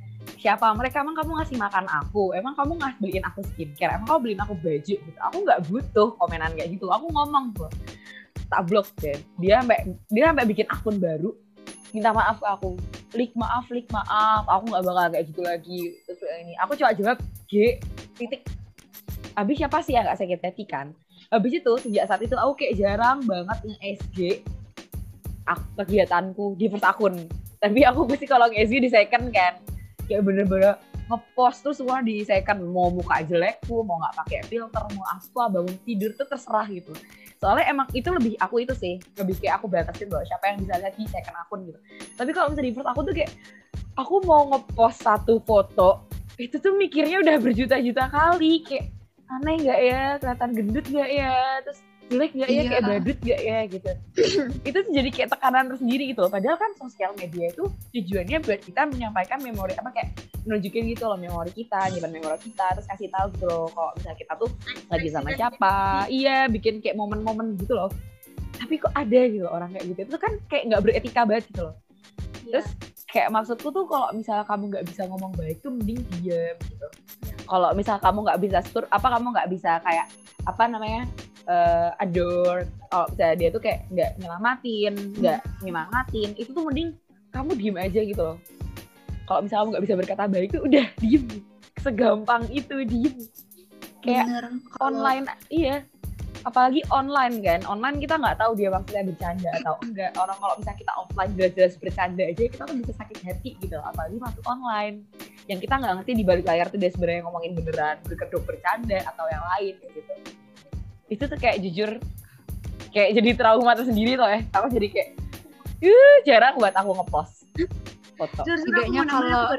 siapa mereka, emang kamu ngasih makan aku, emang kamu ngasih beliin aku skincare, emang kamu beliin aku baju gitu. Aku nggak butuh komenan kayak gitu. Aku ngomong tuh, tak blok deh. Dia sampai bikin akun baru, minta maaf ke aku, Lik maaf, aku nggak bakal kayak gitu lagi. Terus ini aku coba jawab G titik. Habis siapa sih yang nggak sakit hati kan? Habis itu sejak saat itu aku kayak jarang banget nge-SG kegiatanku di first akun. Tapi aku pasti kalau nge-SG di second kan, kayak bener-bener ngepost tuh semua di second, mau muka jelekku, mau nggak pakai filter, mau apa, bangun tidur tuh terserah gitu. Soalnya emang itu lebih aku itu sih, lebih kayak aku batasin bahwa siapa yang bisa lihat di second akun gitu. Tapi kalau misalnya di first akun tuh kayak aku mau ngepost satu foto itu tuh mikirnya udah berjuta-juta kali, kayak aneh nggak ya, kelihatan gendut nggak ya, terus jelek nggak ya, kayak badut nggak ya gitu. Itu tuh jadi kayak tekanan tersendiri gitu. Padahal kan sosial media itu tujuannya buat kita menyampaikan memori, apa kayak menunjukin gitu loh memori kita, nyimpan memori kita, terus kasih tahu gitu loh kalau misalnya kita tuh lagi sama siapa. Iya, bikin kayak momen-momen gitu loh. Tapi kok ada gitu orang kayak gitu, itu kan kayak nggak beretika banget gitu loh. Terus kayak maksudku tuh kalau misalnya kamu nggak bisa ngomong baik tuh mending diam gitu. Kalau misalnya kamu nggak bisa kamu nggak bisa kayak apa namanya adore, kalau misalnya dia tuh kayak nggak nyelamatin, nggak nyemangatin, itu tuh mending kamu diem aja gitu loh. Kalau misalnya kamu nggak bisa berkata baik tuh udah diem, segampang itu diem. Kayak bener, online, iya. Apalagi online kan, online kita nggak tahu dia maksudnya bercanda atau enggak. Orang kalau misalnya kita offline jelas-jelas bercanda aja, kita tuh bisa sakit hati gitu. Apalagi masuk online, yang kita nggak ngerti di balik layar tuh dia sebenarnya ngomongin beneran, berkedok bercanda atau yang lain kayak gitu. Itu tuh kayak jujur kayak jadi trauma tersendiri tuh ya. Aku jadi kayak jarang buat aku ngepost foto.
Tidaknya kalau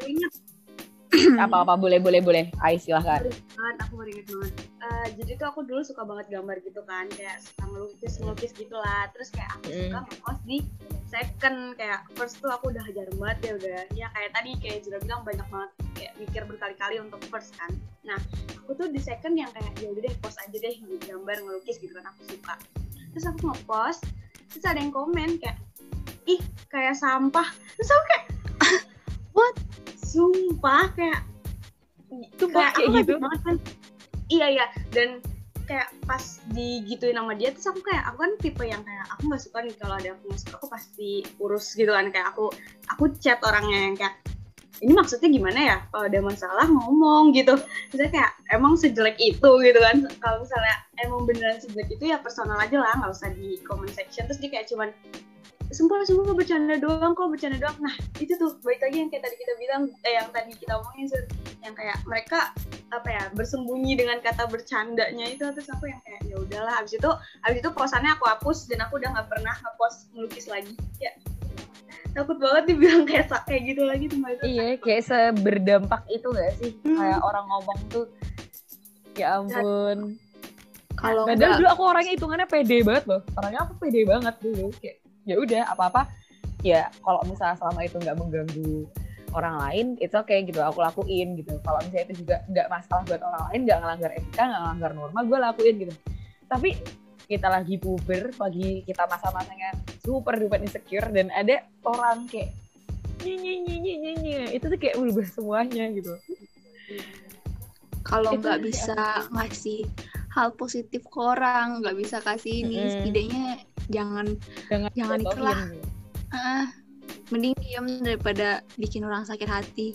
apa boleh Ais silahkan.
Aku baru inget banget. Jadi tuh aku dulu suka banget gambar gitu kan, kayak suka ngelukis gitulah. Terus kayak aku suka ngepost di second, kayak first tuh aku udah hajar banget ya udah. Ya kayak tadi kayak Jura bilang banyak banget kayak mikir berkali-kali untuk first kan. Nah, aku tuh di second yang kayak ya udah deh post aja deh gambar ngelukis gitu kan, aku suka. Terus aku ngepost, terus ada yang komen kayak ih kayak sampah. Terus aku kayak what? Sumpah kayak
kayak gitu
kan. Iya dan kayak pas digituin sama dia terus aku kan tipe yang kayak aku nggak suka nih kalau ada aku nggak suka aku pasti urus gitu kan, kayak aku chat orangnya yang kayak ini maksudnya gimana ya, kalau ada masalah ngomong gitu. Misalnya kayak emang sejelek itu gitu kan, kalau misalnya emang beneran sejelek itu ya personal aja lah, nggak usah di comment section. Terus dia kayak cuman sumpah kok bercanda doang. Nah itu tuh balik lagi yang kayak tadi kita bilang, yang tadi kita omongin yang kayak mereka apa ya bersembunyi dengan kata bercandanya itu. Terus aku yang kayak ya udahlah, abis itu posannya aku hapus dan aku udah nggak pernah ngepost melukis lagi ya. Takut banget dibilang kayak gitu lagi tuh.
Iya, kayak seberdampak itu nggak sih kayak orang ngomong tuh, ya ampun.
Kalau
padahal dulu aku orangnya hitungannya pede banget loh, aku pede banget dulu, kayak ya udah apa-apa ya kalau misalnya selama itu nggak mengganggu orang lain itu oke gitu, aku lakuin gitu. Kalau misalnya itu juga nggak masalah buat orang lain, nggak ngelanggar etika, nggak ngelanggar norma, gue lakuin gitu. Tapi kita lagi puber, lagi kita masa-masanya super duper insecure dan ada orang kayak nyi itu tuh kayak berubah semuanya gitu.
Kalau nggak bisa ngasih hal positif ke orang, nggak bisa kasih ini, setidaknya jangan itulah. Mending diam daripada bikin orang sakit hati.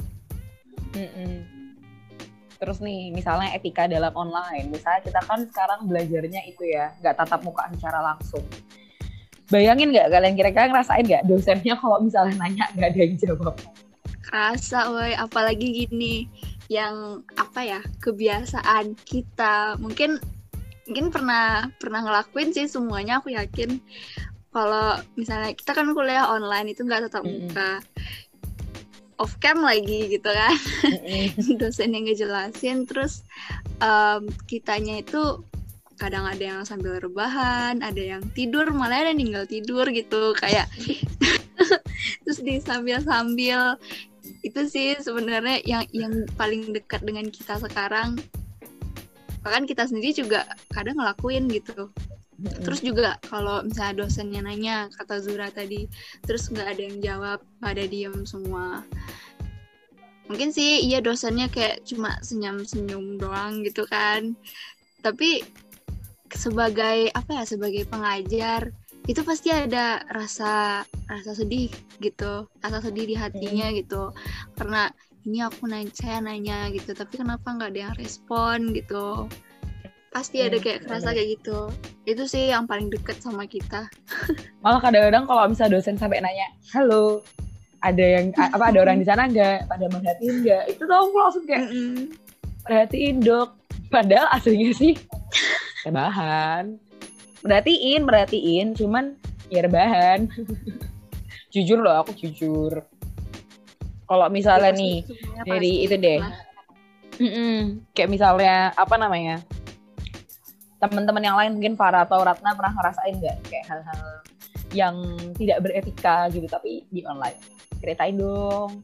Terus nih, misalnya etika dalam online, misalnya kita kan sekarang belajarnya itu ya, nggak tatap muka secara langsung. Bayangin nggak kalian kira-kira ngerasain nggak dosennya kalau misalnya nanya nggak ada yang jawab?
Kerasa, woy, apalagi gini, yang apa ya, kebiasaan kita, mungkin pernah ngelakuin sih semuanya, aku yakin. Kalau misalnya kita kan kuliah online itu nggak tatap muka, off cam lagi gitu kan, dosen yang ngejelasin, terus kitanya itu kadang ada yang sambil rebahan, ada yang tidur, malah ada yang tinggal tidur gitu kayak terus di sambil itu sih sebenarnya yang paling dekat dengan kita sekarang. Bahkan kita sendiri juga kadang ngelakuin gitu. Terus juga kalau misalnya dosennya nanya, kata Zura tadi, terus nggak ada yang jawab, pada diem semua. mungkin sih iya dosennya kayak cuma senyum-senyum doang gitu kan, tapi sebagai sebagai pengajar itu pasti ada rasa sedih gitu, rasa sedih di hatinya gitu, karena ini saya nanya gitu tapi kenapa nggak ada yang respon gitu, pasti ada kayak kerasa kayak gitu. Itu sih yang paling deket sama kita.
Malah kadang-kadang kalau misalnya dosen sampai nanya, halo, ada orang di sana nggak, pada merhatiin nggak, itu tuh aku langsung kayak perhatiin dok, padahal aslinya sih rebahan. Merhatiin, cuman ya rebahan. Jujur loh, aku jujur. Kalau misalnya nih dari itu deh, kayak misalnya teman-teman yang lain mungkin Farah atau Ratna pernah ngerasain nggak kayak hal-hal yang tidak beretika gitu tapi di online? Ceritain dong.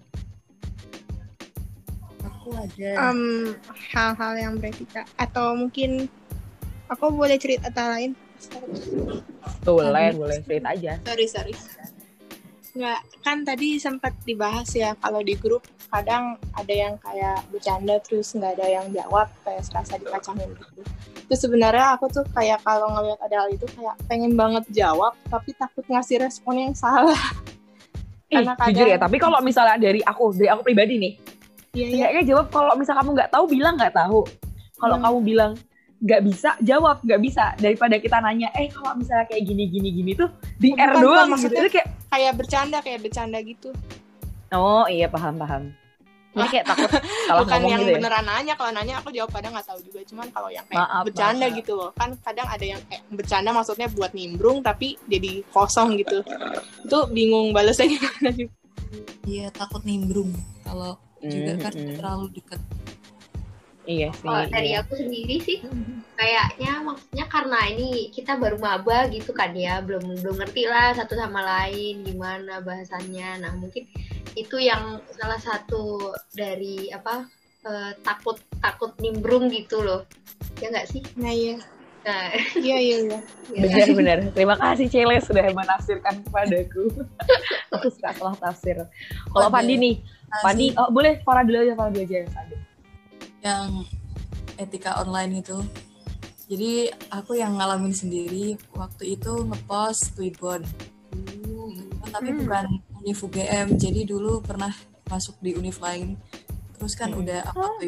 Aku ada
hal-hal yang beretika atau mungkin aku boleh cerita lain?
Boleh cerita aja.
Sorry. Nggak, kan tadi sempat dibahas ya kalau di grup kadang ada yang kayak bercanda terus nggak ada yang jawab, kayak serasa dikacangin gitu. Terus sebenarnya aku tuh kayak kalau ngelihat ada hal itu kayak pengen banget jawab tapi takut ngasih respon yang salah.
Karena jujur ya, tapi kalau misalnya dari aku pribadi nih, kayaknya jawab. Kalau misalnya kamu nggak tahu bilang nggak tahu. Kalau kamu bilang nggak bisa, jawab nggak bisa, daripada kita nanya kalau misalnya kayak gini tuh di R doang gitu. Itu
kayak bercanda gitu.
Oh iya, paham. Jadi kayak takut salah
bukan
ngomong
yang
gitu ya.
beneran nanya, kalau nanya aku jawab kadang nggak tahu juga, cuman kalau yang kayak bercanda gitu loh, kan kadang ada yang kayak bercanda maksudnya buat nimbrung tapi jadi kosong gitu, itu bingung balesnya gimana juga.
Iya, takut nimbrung kalau juga kan terlalu dekat.
Iya sih.
Kalau dari aku sendiri sih kayaknya maksudnya karena ini kita baru maba gitu kan ya, belum ngerti lah satu sama lain gimana bahasannya. Nah mungkin itu yang salah satu dari takut nimbrung gitu loh, ya nggak sih?
Nah iya.
Nah,
iya.
Benar. Terima kasih Cele sudah menafsirkan kepadaku. Aku suka salah tafsir. Kalau Fandi nih, boleh Farah dulu aja Fandi.
Yang etika online itu, jadi aku yang ngalamin sendiri waktu itu ngepost Twibbon. Tapi bukan Univ UGM, jadi dulu pernah masuk di Univ lain. Terus kan udah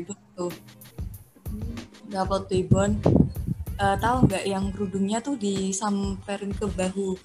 upload Twibbon. Tahu nggak yang kerudungnya tuh disamperin ke bahu?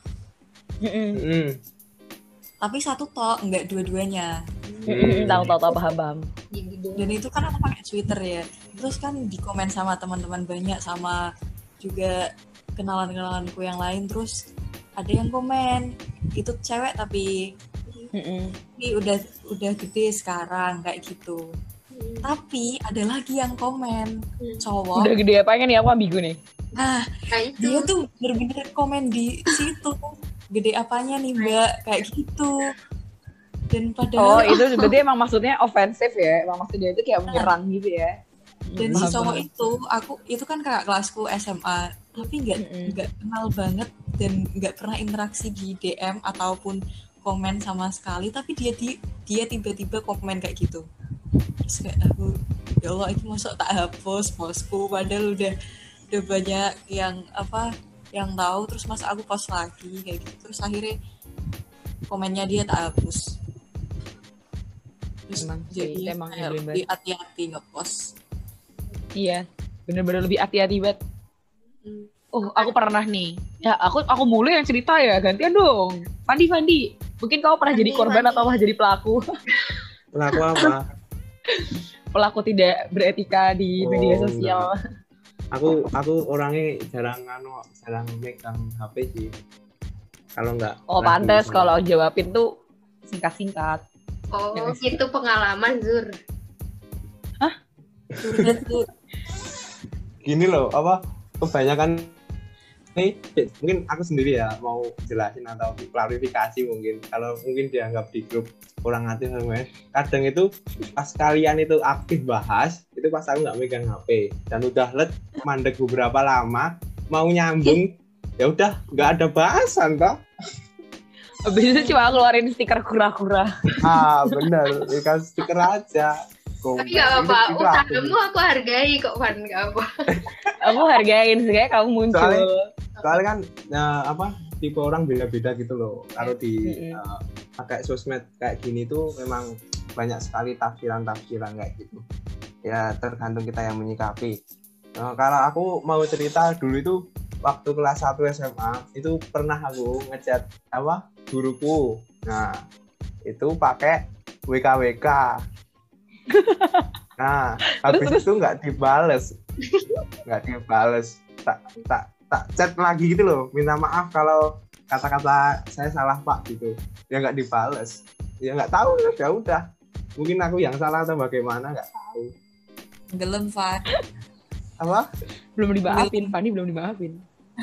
Tapi satu tok, nggak dua-duanya.
Tahu paham.
Dan itu kan aku pakai Twitter ya. Terus kan di komen sama teman-teman banyak, sama juga kenalan-kenalanku yang lain. Terus ada yang komen, itu cewek tapi ini udah gede sekarang kayak gitu. Tapi ada lagi yang komen cowok.
Udah gede apanya nih, aku ambigu nih.
Nah, dia tuh bener-bener komen di situ. Gede apanya nih Mbak, kayak gitu. Dan padahal
itu berarti emang maksudnya ofensif ya, emang maksudnya itu kayak menyerang gitu ya.
Dan si cowok itu kan kakak kelasku SMA, tapi nggak kenal banget dan nggak pernah interaksi di DM ataupun komen sama sekali, tapi dia tiba-tiba komen kayak gitu. Terus kayak aku, ya Allah, itu masuk tak hapus posku, padahal udah banyak yang tahu. Terus masa aku post lagi kayak gitu. Terus akhirnya komennya dia tak hapus. Terus jadi emang lebih hati-hati ngepost.
Iya, bener-bener lebih hati-hati banget. Aku pernah nih. Ya, aku mulu yang cerita ya, gantian dong. Fandi. Mungkin kau pernah jadi korban atau malah jadi pelaku?
Pelaku apa?
Pelaku tidak beretika di media sosial.
Enggak. Aku orangnya jarang megang HP sih. Kalau enggak.
Pantes kalau jawabin tuh singkat-singkat.
Itu pengalaman Zur.
Hah?
Gini loh, kebanyakan ini mungkin aku sendiri ya mau jelasin atau klarifikasi mungkin. Kalau mungkin dianggap di grup kurang aktif, kadang itu pas kalian itu aktif bahas, itu pas aku nggak megang HP dan udah mandek beberapa lama mau nyambung, ya udah nggak ada bahasan toh.
Habis itu cuma keluarin stiker kura-kura.
Bener, dikasih stiker aja.
Tapi nggak apa-apa, usahamu aku hargai kok, Van, nggak apa.
Aku hargain sih, kayak kamu muncul.
Soalnya kan tipe orang beda-beda gitu loh. Kalau di pakai sosmed kayak gini tuh memang banyak sekali tafsiran kayak gitu. Ya tergantung kita yang menyikapi. Kalau aku mau cerita dulu itu waktu kelas 1 SMA itu pernah aku ngechat guruku. Nah, itu pakai WKWK. Nah, habis itu nggak dibales. Tak chat lagi gitu loh, minta maaf kalau kata-kata saya salah Pak gitu. Ya nggak dibales. Ya nggak tahu, ya udah. Mungkin aku yang salah atau bagaimana nggak tahu.
Gelem, Van.
Apa?
Belum dimaafin, Fani belum dimaafin.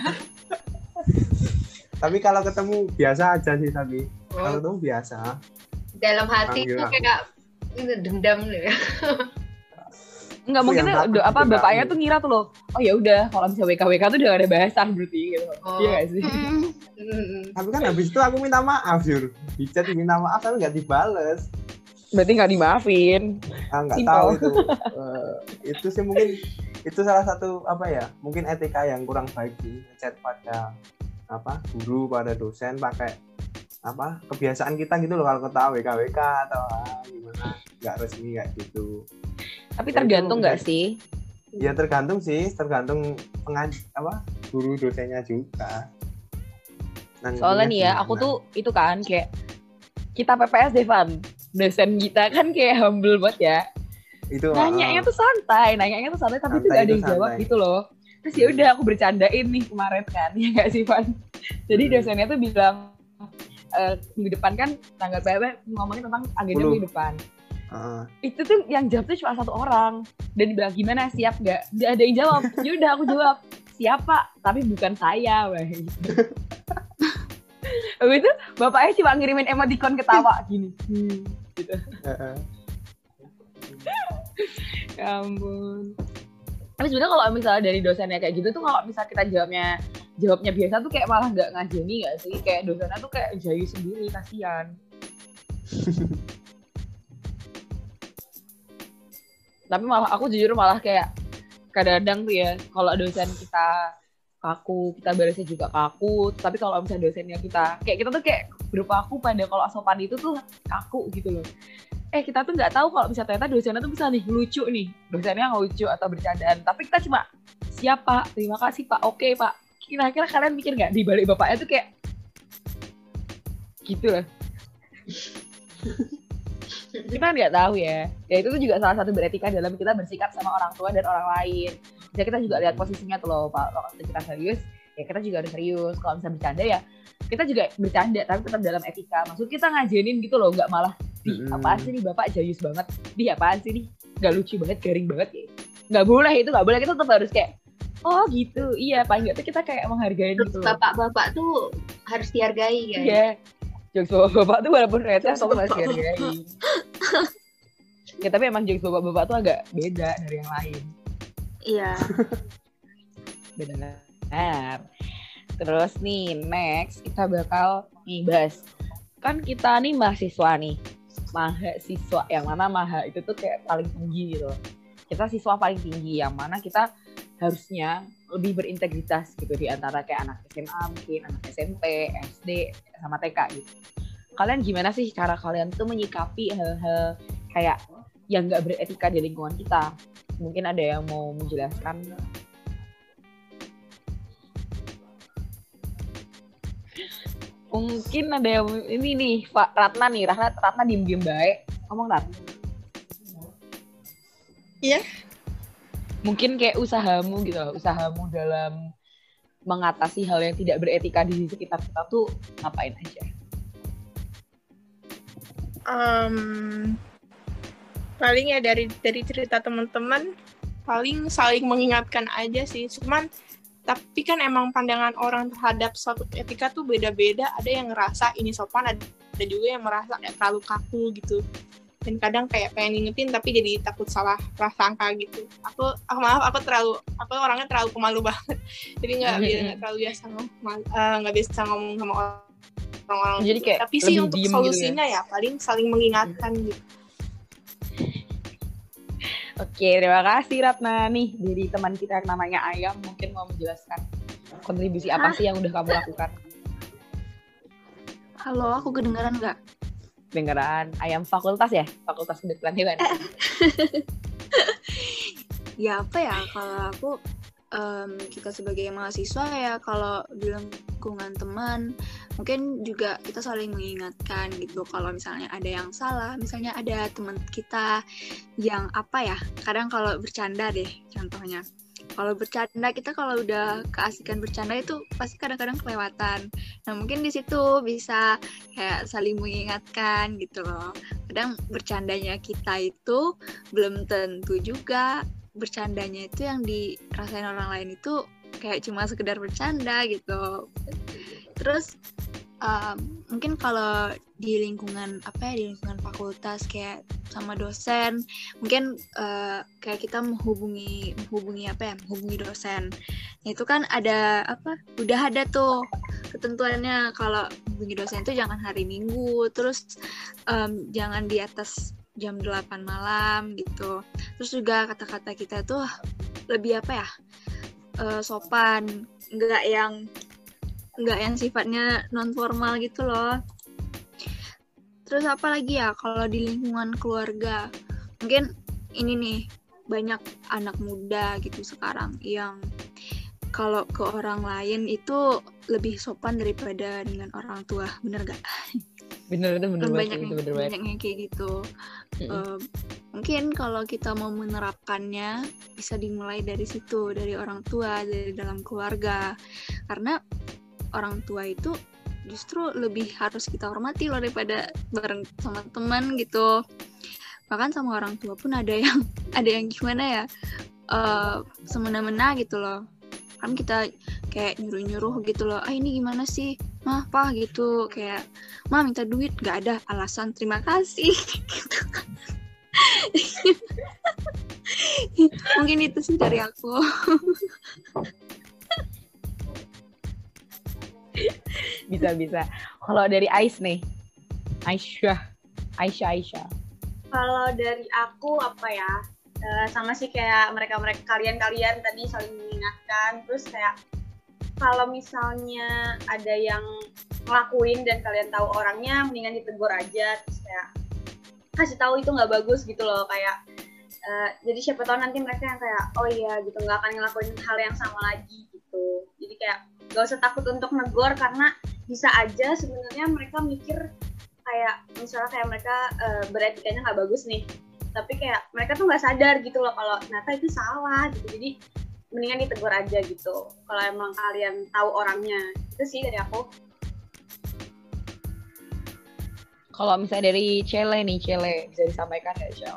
Tapi kalau ketemu biasa aja sih kalau ketemu biasa.
Dalam hati itu kayak dendam nih.
Enggak mungkin bapaknya tuh ngira tuh loh. Oh ya udah, kalau bisa WKWK tuh udah ada bahasan berarti gitu. Iya gak sih?
Tapi kan habis itu aku minta maaf, Jur. Di chat minta maaf tapi nggak dibales.
Berarti nggak dimaafin.
Nggak tahu itu. Itu sih mungkin itu salah satu mungkin etika yang kurang baik sih, chat pada guru, pada dosen pakai kebiasaan kita gitu loh, kalau ketahui WKWK atau gimana nggak resmi kayak gitu.
Tapi tergantung nggak sih?
Ya tergantung guru dosennya juga.
Soalnya nih ya, aku tuh itu kan kayak kita PPS Devan, dosen kita kan kayak humble banget ya. Itu nanyanya tuh santai tapi tuh gak ada yang jawab gitu loh. Terus ya udah aku bercandain nih kemarin kan, ya nggak sih Van? Jadi dosennya tuh bilang minggu depan kan tanggal berapa ngomongin tentang agenda minggu depan. Itu tuh yang jawab tuh cuma satu orang dan bilang gimana, siap nggak? Nggak ada yang jawab. Ya udah aku jawab siap Pak, tapi bukan saya. Habis itu bapaknya cuma ngirimin emoticon ketawa gini. Gitu. Ya ampun. Tapi sebenarnya kalau misalnya dari dosennya kayak gitu tuh, kalau misalnya kita jawabnya biasa tuh kayak malah nggak ngajeni nggak sih? Kayak dosennya tuh kayak jayu sendiri, kasihan. Tapi malah aku jujur malah kayak kadang-kadang tuh ya, kalau dosen kita kaku, kita balasnya juga kaku. Tapi kalau misalnya dosennya kita tuh kayak berpaku pada kalau sopan itu tuh kaku gitu loh. Kita tuh nggak tahu kalau misalnya ternyata dosennya tuh bisa nih lucu nih, dosennya ngelucu atau bercandaan. Tapi kita cuma siap Pak, terima kasih Pak, oke Pak. Kira-kira kalian mikir nggak di balik bapaknya tuh kayak gitu loh. Kita nggak tahu ya. Ya itu tuh juga salah satu beretika dalam kita bersikap sama orang tua dan orang lain. Jadi kita juga lihat posisinya tuh loh Pak. Kalau kita serius, ya kita juga harus serius. Kalau misalnya bercanda ya kita juga bercanda, tapi tetap dalam etika. Maksud kita ngajenin gitu loh, nggak malah apaan sih nih bapak jayus banget, apaan sih nih nggak lucu banget, garing banget ya. Nggak boleh, kita tetap harus kayak oh gitu, iya paling nggak tuh kita kayak menghargai gitu loh.
Bapak-bapak tuh harus dihargai kan.
Iya, jokes bapak tuh walaupun receh tetap harus dihargai. Ya tapi emang jokes bapak tuh agak beda dari yang lain.
Iya.
Benar. Terus nih next kita bakal bahas, kan kita nih mahasiswa yang mana maha itu tuh kayak paling tinggi gitu. Kita siswa paling tinggi yang mana kita harusnya lebih berintegritas gitu di antara kayak anak SMA mungkin, anak SMP, SD, sama TK gitu. Kalian gimana sih cara kalian tuh menyikapi hal-hal kayak yang nggak beretika di lingkungan kita? Mungkin ada yang mau menjelaskan? Mungkin ada yang ini nih Pak Ratna diem-diem baik. Ngomong Rat.
Iya.
Mungkin kayak usahamu dalam mengatasi hal yang tidak beretika di sekitar kita tuh ngapain aja?
Paling ya dari cerita teman-teman paling saling mengingatkan aja sih. Cuman tapi kan emang pandangan orang terhadap suatu etika tuh beda-beda. Ada yang ngerasa ini sopan, ada juga yang merasa kayak terlalu kaku gitu. Dan kadang kayak pengen ngingetin tapi jadi takut salah prasangka gitu. Aku orangnya terlalu pemalu banget. Jadi nggak terlalu biasa nggak bisa ngomong sama orang-orang
Jadi
juga.
kayak
Tapi sih
lebih
untuk
diem
solusinya ya paling saling mengingatkan gitu.
Oke, terima kasih Ratna. Nih, dari teman kita yang namanya Ayam mungkin mau menjelaskan kontribusi apa sih yang udah kamu lakukan?
Halo, aku kedengaran nggak?
Dengeran Ayam fakultas ya? Fakultas Kedokteran Hewan.
Ya apa ya, kalau aku kita sebagai mahasiswa ya, kalau di lingkungan teman mungkin juga kita saling mengingatkan gitu. Kalau misalnya ada yang salah, misalnya ada teman kita yang apa ya, kadang kalau bercanda deh contohnya, kalau bercanda kita kalau udah keasikan bercanda itu pasti kadang-kadang kelewatan. Nah mungkin di situ bisa kayak saling mengingatkan gitu loh. Kadang bercandanya kita itu belum tentu juga bercandanya itu yang dirasain orang lain itu kayak cuma sekedar bercanda gitu. Terus mungkin kalau di lingkungan di lingkungan fakultas kayak sama dosen, mungkin kayak kita menghubungi dosen. Itu kan ada udah ada tuh ketentuannya kalau menghubungi dosen itu jangan hari Minggu, terus jangan di atas jam 8 malam gitu. Terus juga kata-kata kita tuh lebih sopan, enggak yang sifatnya non formal gitu loh. Terus apa lagi ya, kalau di lingkungan keluarga mungkin ini nih, banyak anak muda gitu sekarang yang kalau ke orang lain itu lebih sopan daripada dengan orang tua, bener gak?
Bener
banyak yang kayak gitu. Mungkin kalau kita mau menerapkannya bisa dimulai dari situ, dari orang tua, dari dalam keluarga, karena orang tua itu justru lebih harus kita hormati loh daripada bareng sama teman gitu. Bahkan sama orang tua pun ada yang gimana ya, semena-mena gitu loh. Kan kita kayak nyuruh-nyuruh gitu loh, ini gimana sih mah pa gitu, kayak mah minta duit gak ada alasan terima kasih gitu. Mungkin itu sih dari aku.
Bisa. Kalau dari Ais nih, Aisyah.
Kalau dari aku sama sih kayak mereka kalian tadi saling mengingatkan. Terus kayak kalau misalnya ada yang ngelakuin dan kalian tahu orangnya, mendingan ditegur aja. Terus kayak kasih tahu itu nggak bagus gitu loh, kayak jadi siapa tahu nanti mereka yang kayak oh iya gitu, nggak akan ngelakuin hal yang sama lagi gitu. Jadi kayak gak usah takut untuk negor, karena bisa aja sebenarnya mereka mikir kayak misalnya kayak mereka beretikanya nggak bagus nih, tapi kayak mereka tuh nggak sadar gitu loh kalau ternyata itu salah gitu. Jadi mendingan ditegur aja gitu kalau emang kalian tahu orangnya. Itu sih dari aku.
Kalau misalnya dari Cele bisa disampaikan nggak, Cel?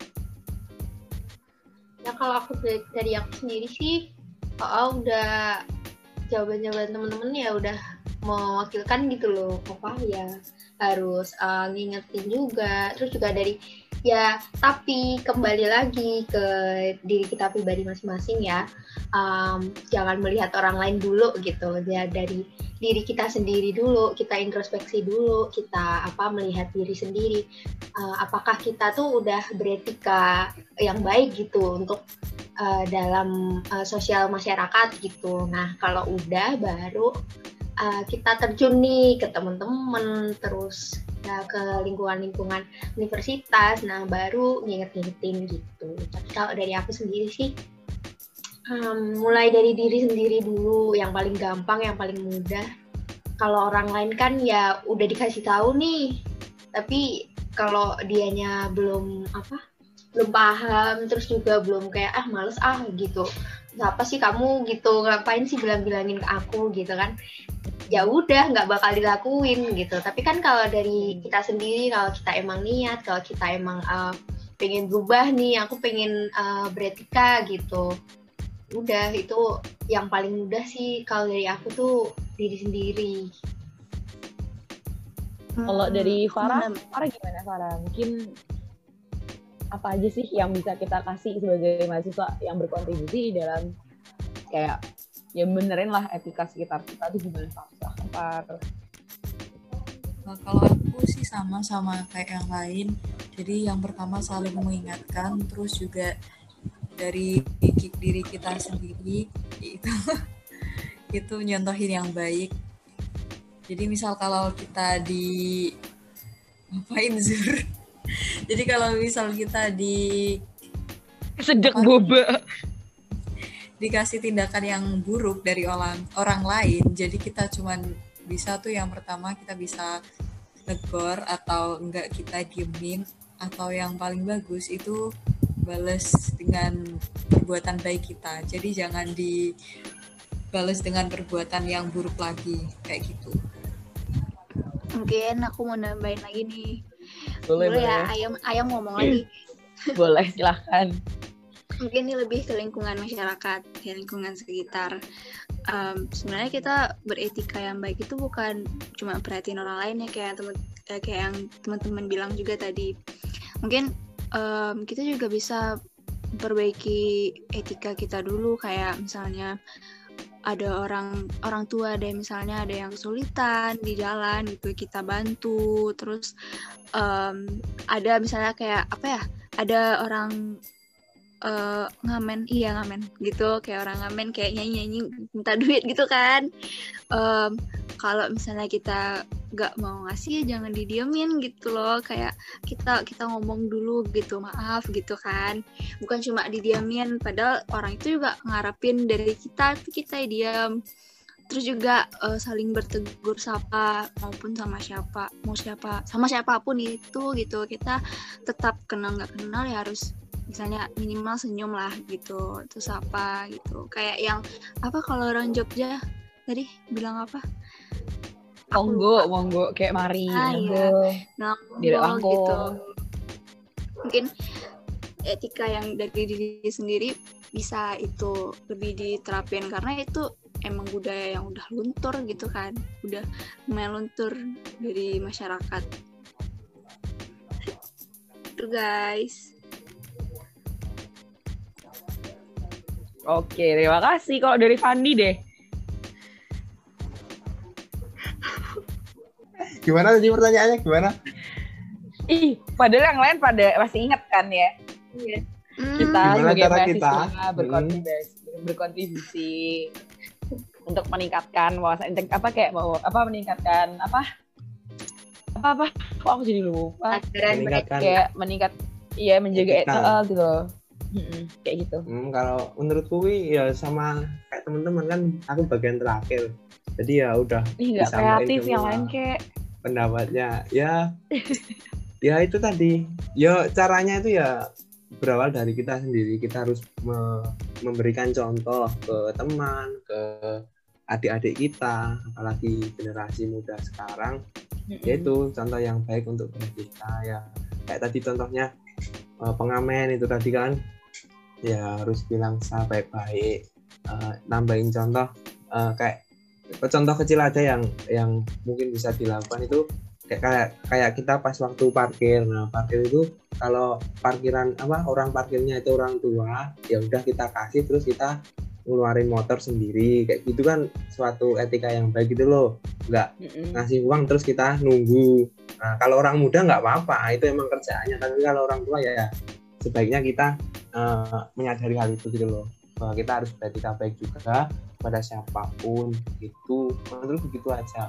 Ya kalau aku dari aku sendiri sih, udah jawaban-jawaban temen-temen ya udah mewakilkan gitu loh. Ya harus ngingetin juga. Terus juga dari ya, tapi kembali lagi ke diri kita pribadi masing-masing ya. Jangan melihat orang lain dulu gitu. Ya dari diri kita sendiri dulu, kita introspeksi dulu, kita melihat diri sendiri. Apakah kita tuh udah beretika yang baik gitu untuk dalam sosial masyarakat gitu. Nah, kalau udah baru kita terjun nih ke teman-teman, terus ya ke lingkungan universitas. Nah, baru ngingetin gitu. Tapi kalau dari aku sendiri sih, mulai dari diri sendiri dulu, yang paling gampang, yang paling mudah. Kalau orang lain kan ya udah dikasih tahu nih, tapi kalau dianya belum paham, terus juga belum kayak males gitu, apa sih kamu gitu, ngapain sih bilangin ke aku gitu kan, ya udah nggak bakal dilakuin gitu. Tapi kan kalau dari kita sendiri, kalau kita emang niat, kalau kita emang pengen berubah nih, aku pengen beretika gitu, udah itu yang paling mudah sih kalau dari aku tuh diri sendiri.
Kalau dari Farah gimana Farah? Mungkin apa aja sih yang bisa kita kasih sebagai mahasiswa yang berkontribusi dalam kayak ya benerin lah etika sekitar kita tuh gimana, Farah?
Kalau aku sih sama kayak yang lain. Jadi yang pertama saling mengingatkan, terus juga dari diri kita sendiri itu nyontohin yang baik. Jadi misal kalau kita ngapain Zur? Jadi kalau misal kita
sedek boba
dikasih tindakan yang buruk dari orang lain, jadi kita cuman bisa tuh yang pertama kita bisa negor atau enggak kita diemin, atau yang paling bagus itu balas dengan perbuatan baik kita. Jadi jangan dibalas dengan perbuatan yang buruk lagi kayak gitu.
Mungkin aku mau nambahin lagi nih.
boleh
Ya, ayam ngomong lagi.
boleh silahkan.
Mungkin ini lebih ke lingkungan masyarakat, ya lingkungan sekitar. Sebenarnya kita beretika yang baik itu bukan cuma perhatiin orang lain ya, kayak yang teman-teman bilang juga tadi. Mungkin kita juga bisa perbaiki etika kita dulu, kayak misalnya ada orang tua, ada misalnya ada yang kesulitan di jalan gitu, kita bantu. Terus ada misalnya kayak ada orang ngamen gitu, kayak orang ngamen kayak nyanyi minta duit gitu kan. Kalau misalnya kita nggak mau ngasih, jangan didiemin gitu loh, kayak kita ngomong dulu gitu, maaf gitu kan, bukan cuma didiemin, padahal orang itu juga ngarepin dari kita diam. Terus juga saling bertegur sapa, maupun sama siapapun itu gitu, kita tetap kenal nggak kenal ya harus misalnya minimal senyum lah gitu, terus apa gitu, kayak yang kalau orang Jogja tadi bilang apa,
monggo kayak mari monggo
nonggo gitu. Mungkin etika yang dari diri sendiri bisa itu lebih diterapin, karena itu emang budaya yang udah luntur gitu kan, udah lumayan luntur dari masyarakat itu guys.
Oke, terima kasih. Kalau dari Fandi deh.
Gimana tadi pertanyaannya, gimana?
Padahal yang lain pada masih ingat kan ya?
Iya.
Kita sebagai mahasiswa berkontribusi untuk meningkatkan wawasan meningkatkan kok aku jadi lupa. Menjaga etika gitu loh. Kayak gitu.
Kalau menurutku ya sama kayak teman-teman kan, aku bagian terakhir, jadi ya udah
nggak kreatif yang lain kayak
pendapatnya ya itu tadi ya, caranya itu ya berawal dari kita sendiri. Kita harus memberikan contoh ke teman, ke adik-adik kita, apalagi generasi muda sekarang, yaitu contoh yang baik untuk kita ya. Kayak tadi contohnya pengamen itu tadi kan, ya harus bilang baik-baik, nambahin contoh, kayak contoh kecil aja yang mungkin bisa dilakukan itu kayak kita pas waktu parkir. Nah, parkir itu kalau parkiran orang parkirnya itu orang tua, ya udah kita kasih, terus kita ngeluarin motor sendiri, kayak gitu kan suatu etika yang baik gitu loh. Nggak ngasih uang terus kita nunggu. Nah, kalau orang muda nggak apa-apa, itu emang kerjaannya, tapi kalau orang tua ya sebaiknya kita menyadari hal itu gitu loh, bahwa kita harus beretika baik juga pada siapapun gitu. Menurut begitu aja.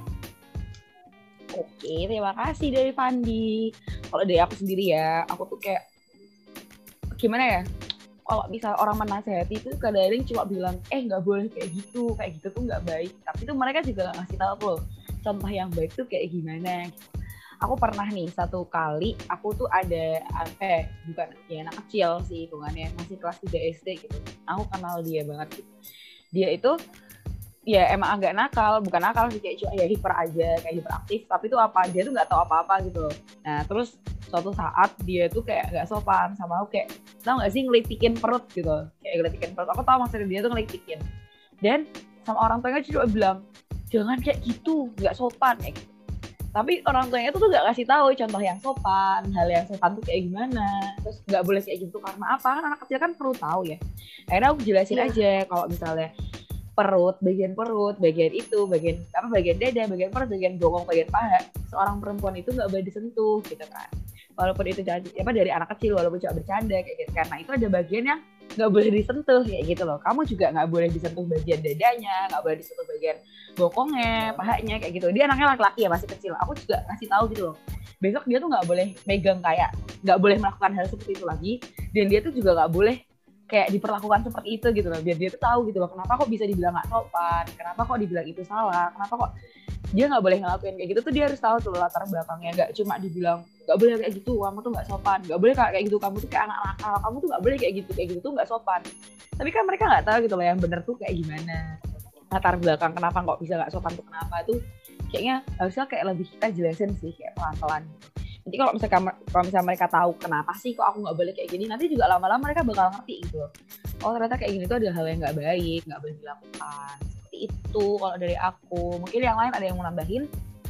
Oke, terima kasih dari Fandi. Kalau dari aku sendiri ya, aku tuh kayak gimana ya, kalau misal orang menasehati itu kadang-kadang cuma bilang nggak boleh kayak gitu tuh nggak baik, tapi tuh mereka juga nggak ngasih tahu loh contoh yang baik tuh kayak gimana gitu. Aku pernah nih satu kali, aku tuh ada bukan ya anak kecil sih hitungannya, masih kelas 3 SD gitu. Aku kenal dia banget gitu. Dia itu ya emang agak nakal, bukan nakal sih, kayak ya hiper aja, kayak hiperaktif, tapi tuh dia tuh nggak tahu apa-apa gitu loh. Nah terus suatu saat dia tuh kayak nggak sopan sama aku, kayak tau nggak sih ngelitikin perut gitu, kayak ngelitikin perut. Aku tahu maksudnya dia tuh ngelitikin, dan sama orang tuanya cuma bilang jangan kayak gitu, nggak sopan ya gitu. Tapi orang tuanya tuh nggak kasih tahu contoh yang sopan, hal yang sopan tuh kayak gimana, terus nggak boleh kayak gitu karena apa, kan anak kecil kan perlu tahu ya. Akhirnya aku jelasin aja kalau misalnya bagian itu, bagian dada, bagian perut, bagian bokong, bagian paha, seorang perempuan itu nggak boleh disentuh gitu kan. Walaupun itu dari anak kecil, walaupun cuma bercanda kayak gitu, karena itu ada bagian yang nggak boleh disentuh kayak gitu loh. Kamu juga nggak boleh disentuh bagian dadanya, nggak boleh disentuh bagian bokongnya, pahanya kayak gitu. Dia anaknya laki-laki ya, masih kecil. Aku juga ngasih tahu gitu loh. Besok dia tuh nggak boleh megang, kayak nggak boleh melakukan hal seperti itu lagi, dan dia tuh juga nggak boleh kayak diperlakukan seperti itu gitu loh, biar dia tuh tahu gitu loh, kenapa kok bisa dibilang nggak sopan, kenapa kok dibilang itu salah, kenapa kok dia nggak boleh ngelakuin kayak gitu tuh. Dia harus tahu tuh latar belakangnya, nggak cuma dibilang nggak boleh kayak gitu, kamu tuh nggak sopan, nggak boleh kayak gitu, kamu tuh kayak anak nakal, kamu tuh nggak boleh kayak gitu tuh nggak sopan. Tapi kan mereka nggak tahu gitu loh yang bener tuh kayak gimana, latar belakang kenapa kok bisa nggak sopan tuh kenapa tuh. Kayaknya harusnya kayak lebih kita jelasin sih kayak pelan-pelan gitu. Nanti kalau misalnya mereka tahu kenapa sih kok aku nggak boleh kayak gini, nanti juga lama-lama mereka bakal ngerti gitu. Oh ternyata kayak gini tuh adalah hal yang nggak baik, nggak boleh dilakukan. Seperti itu kalau dari aku. Mungkin yang lain ada yang mau nambahin?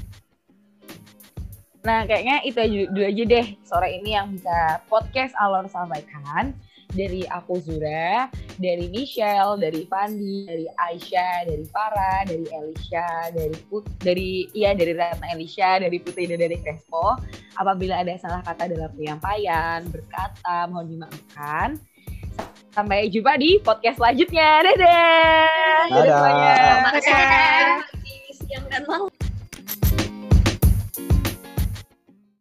Nah kayaknya itu aja deh sore ini yang bisa podcast Alor sampaikan. Dari aku Zura, dari Michelle, dari Fandi, dari Aisyah, dari Farah, dari Elisha, dari Ratna Elisha, dari Putri dan dari Crespo. Apabila ada salah kata dalam penyampaian, berkata, mohon dimaafkan. Sampai jumpa di podcast selanjutnya. Dadah.
Dadah.
Selamat siang dan malam.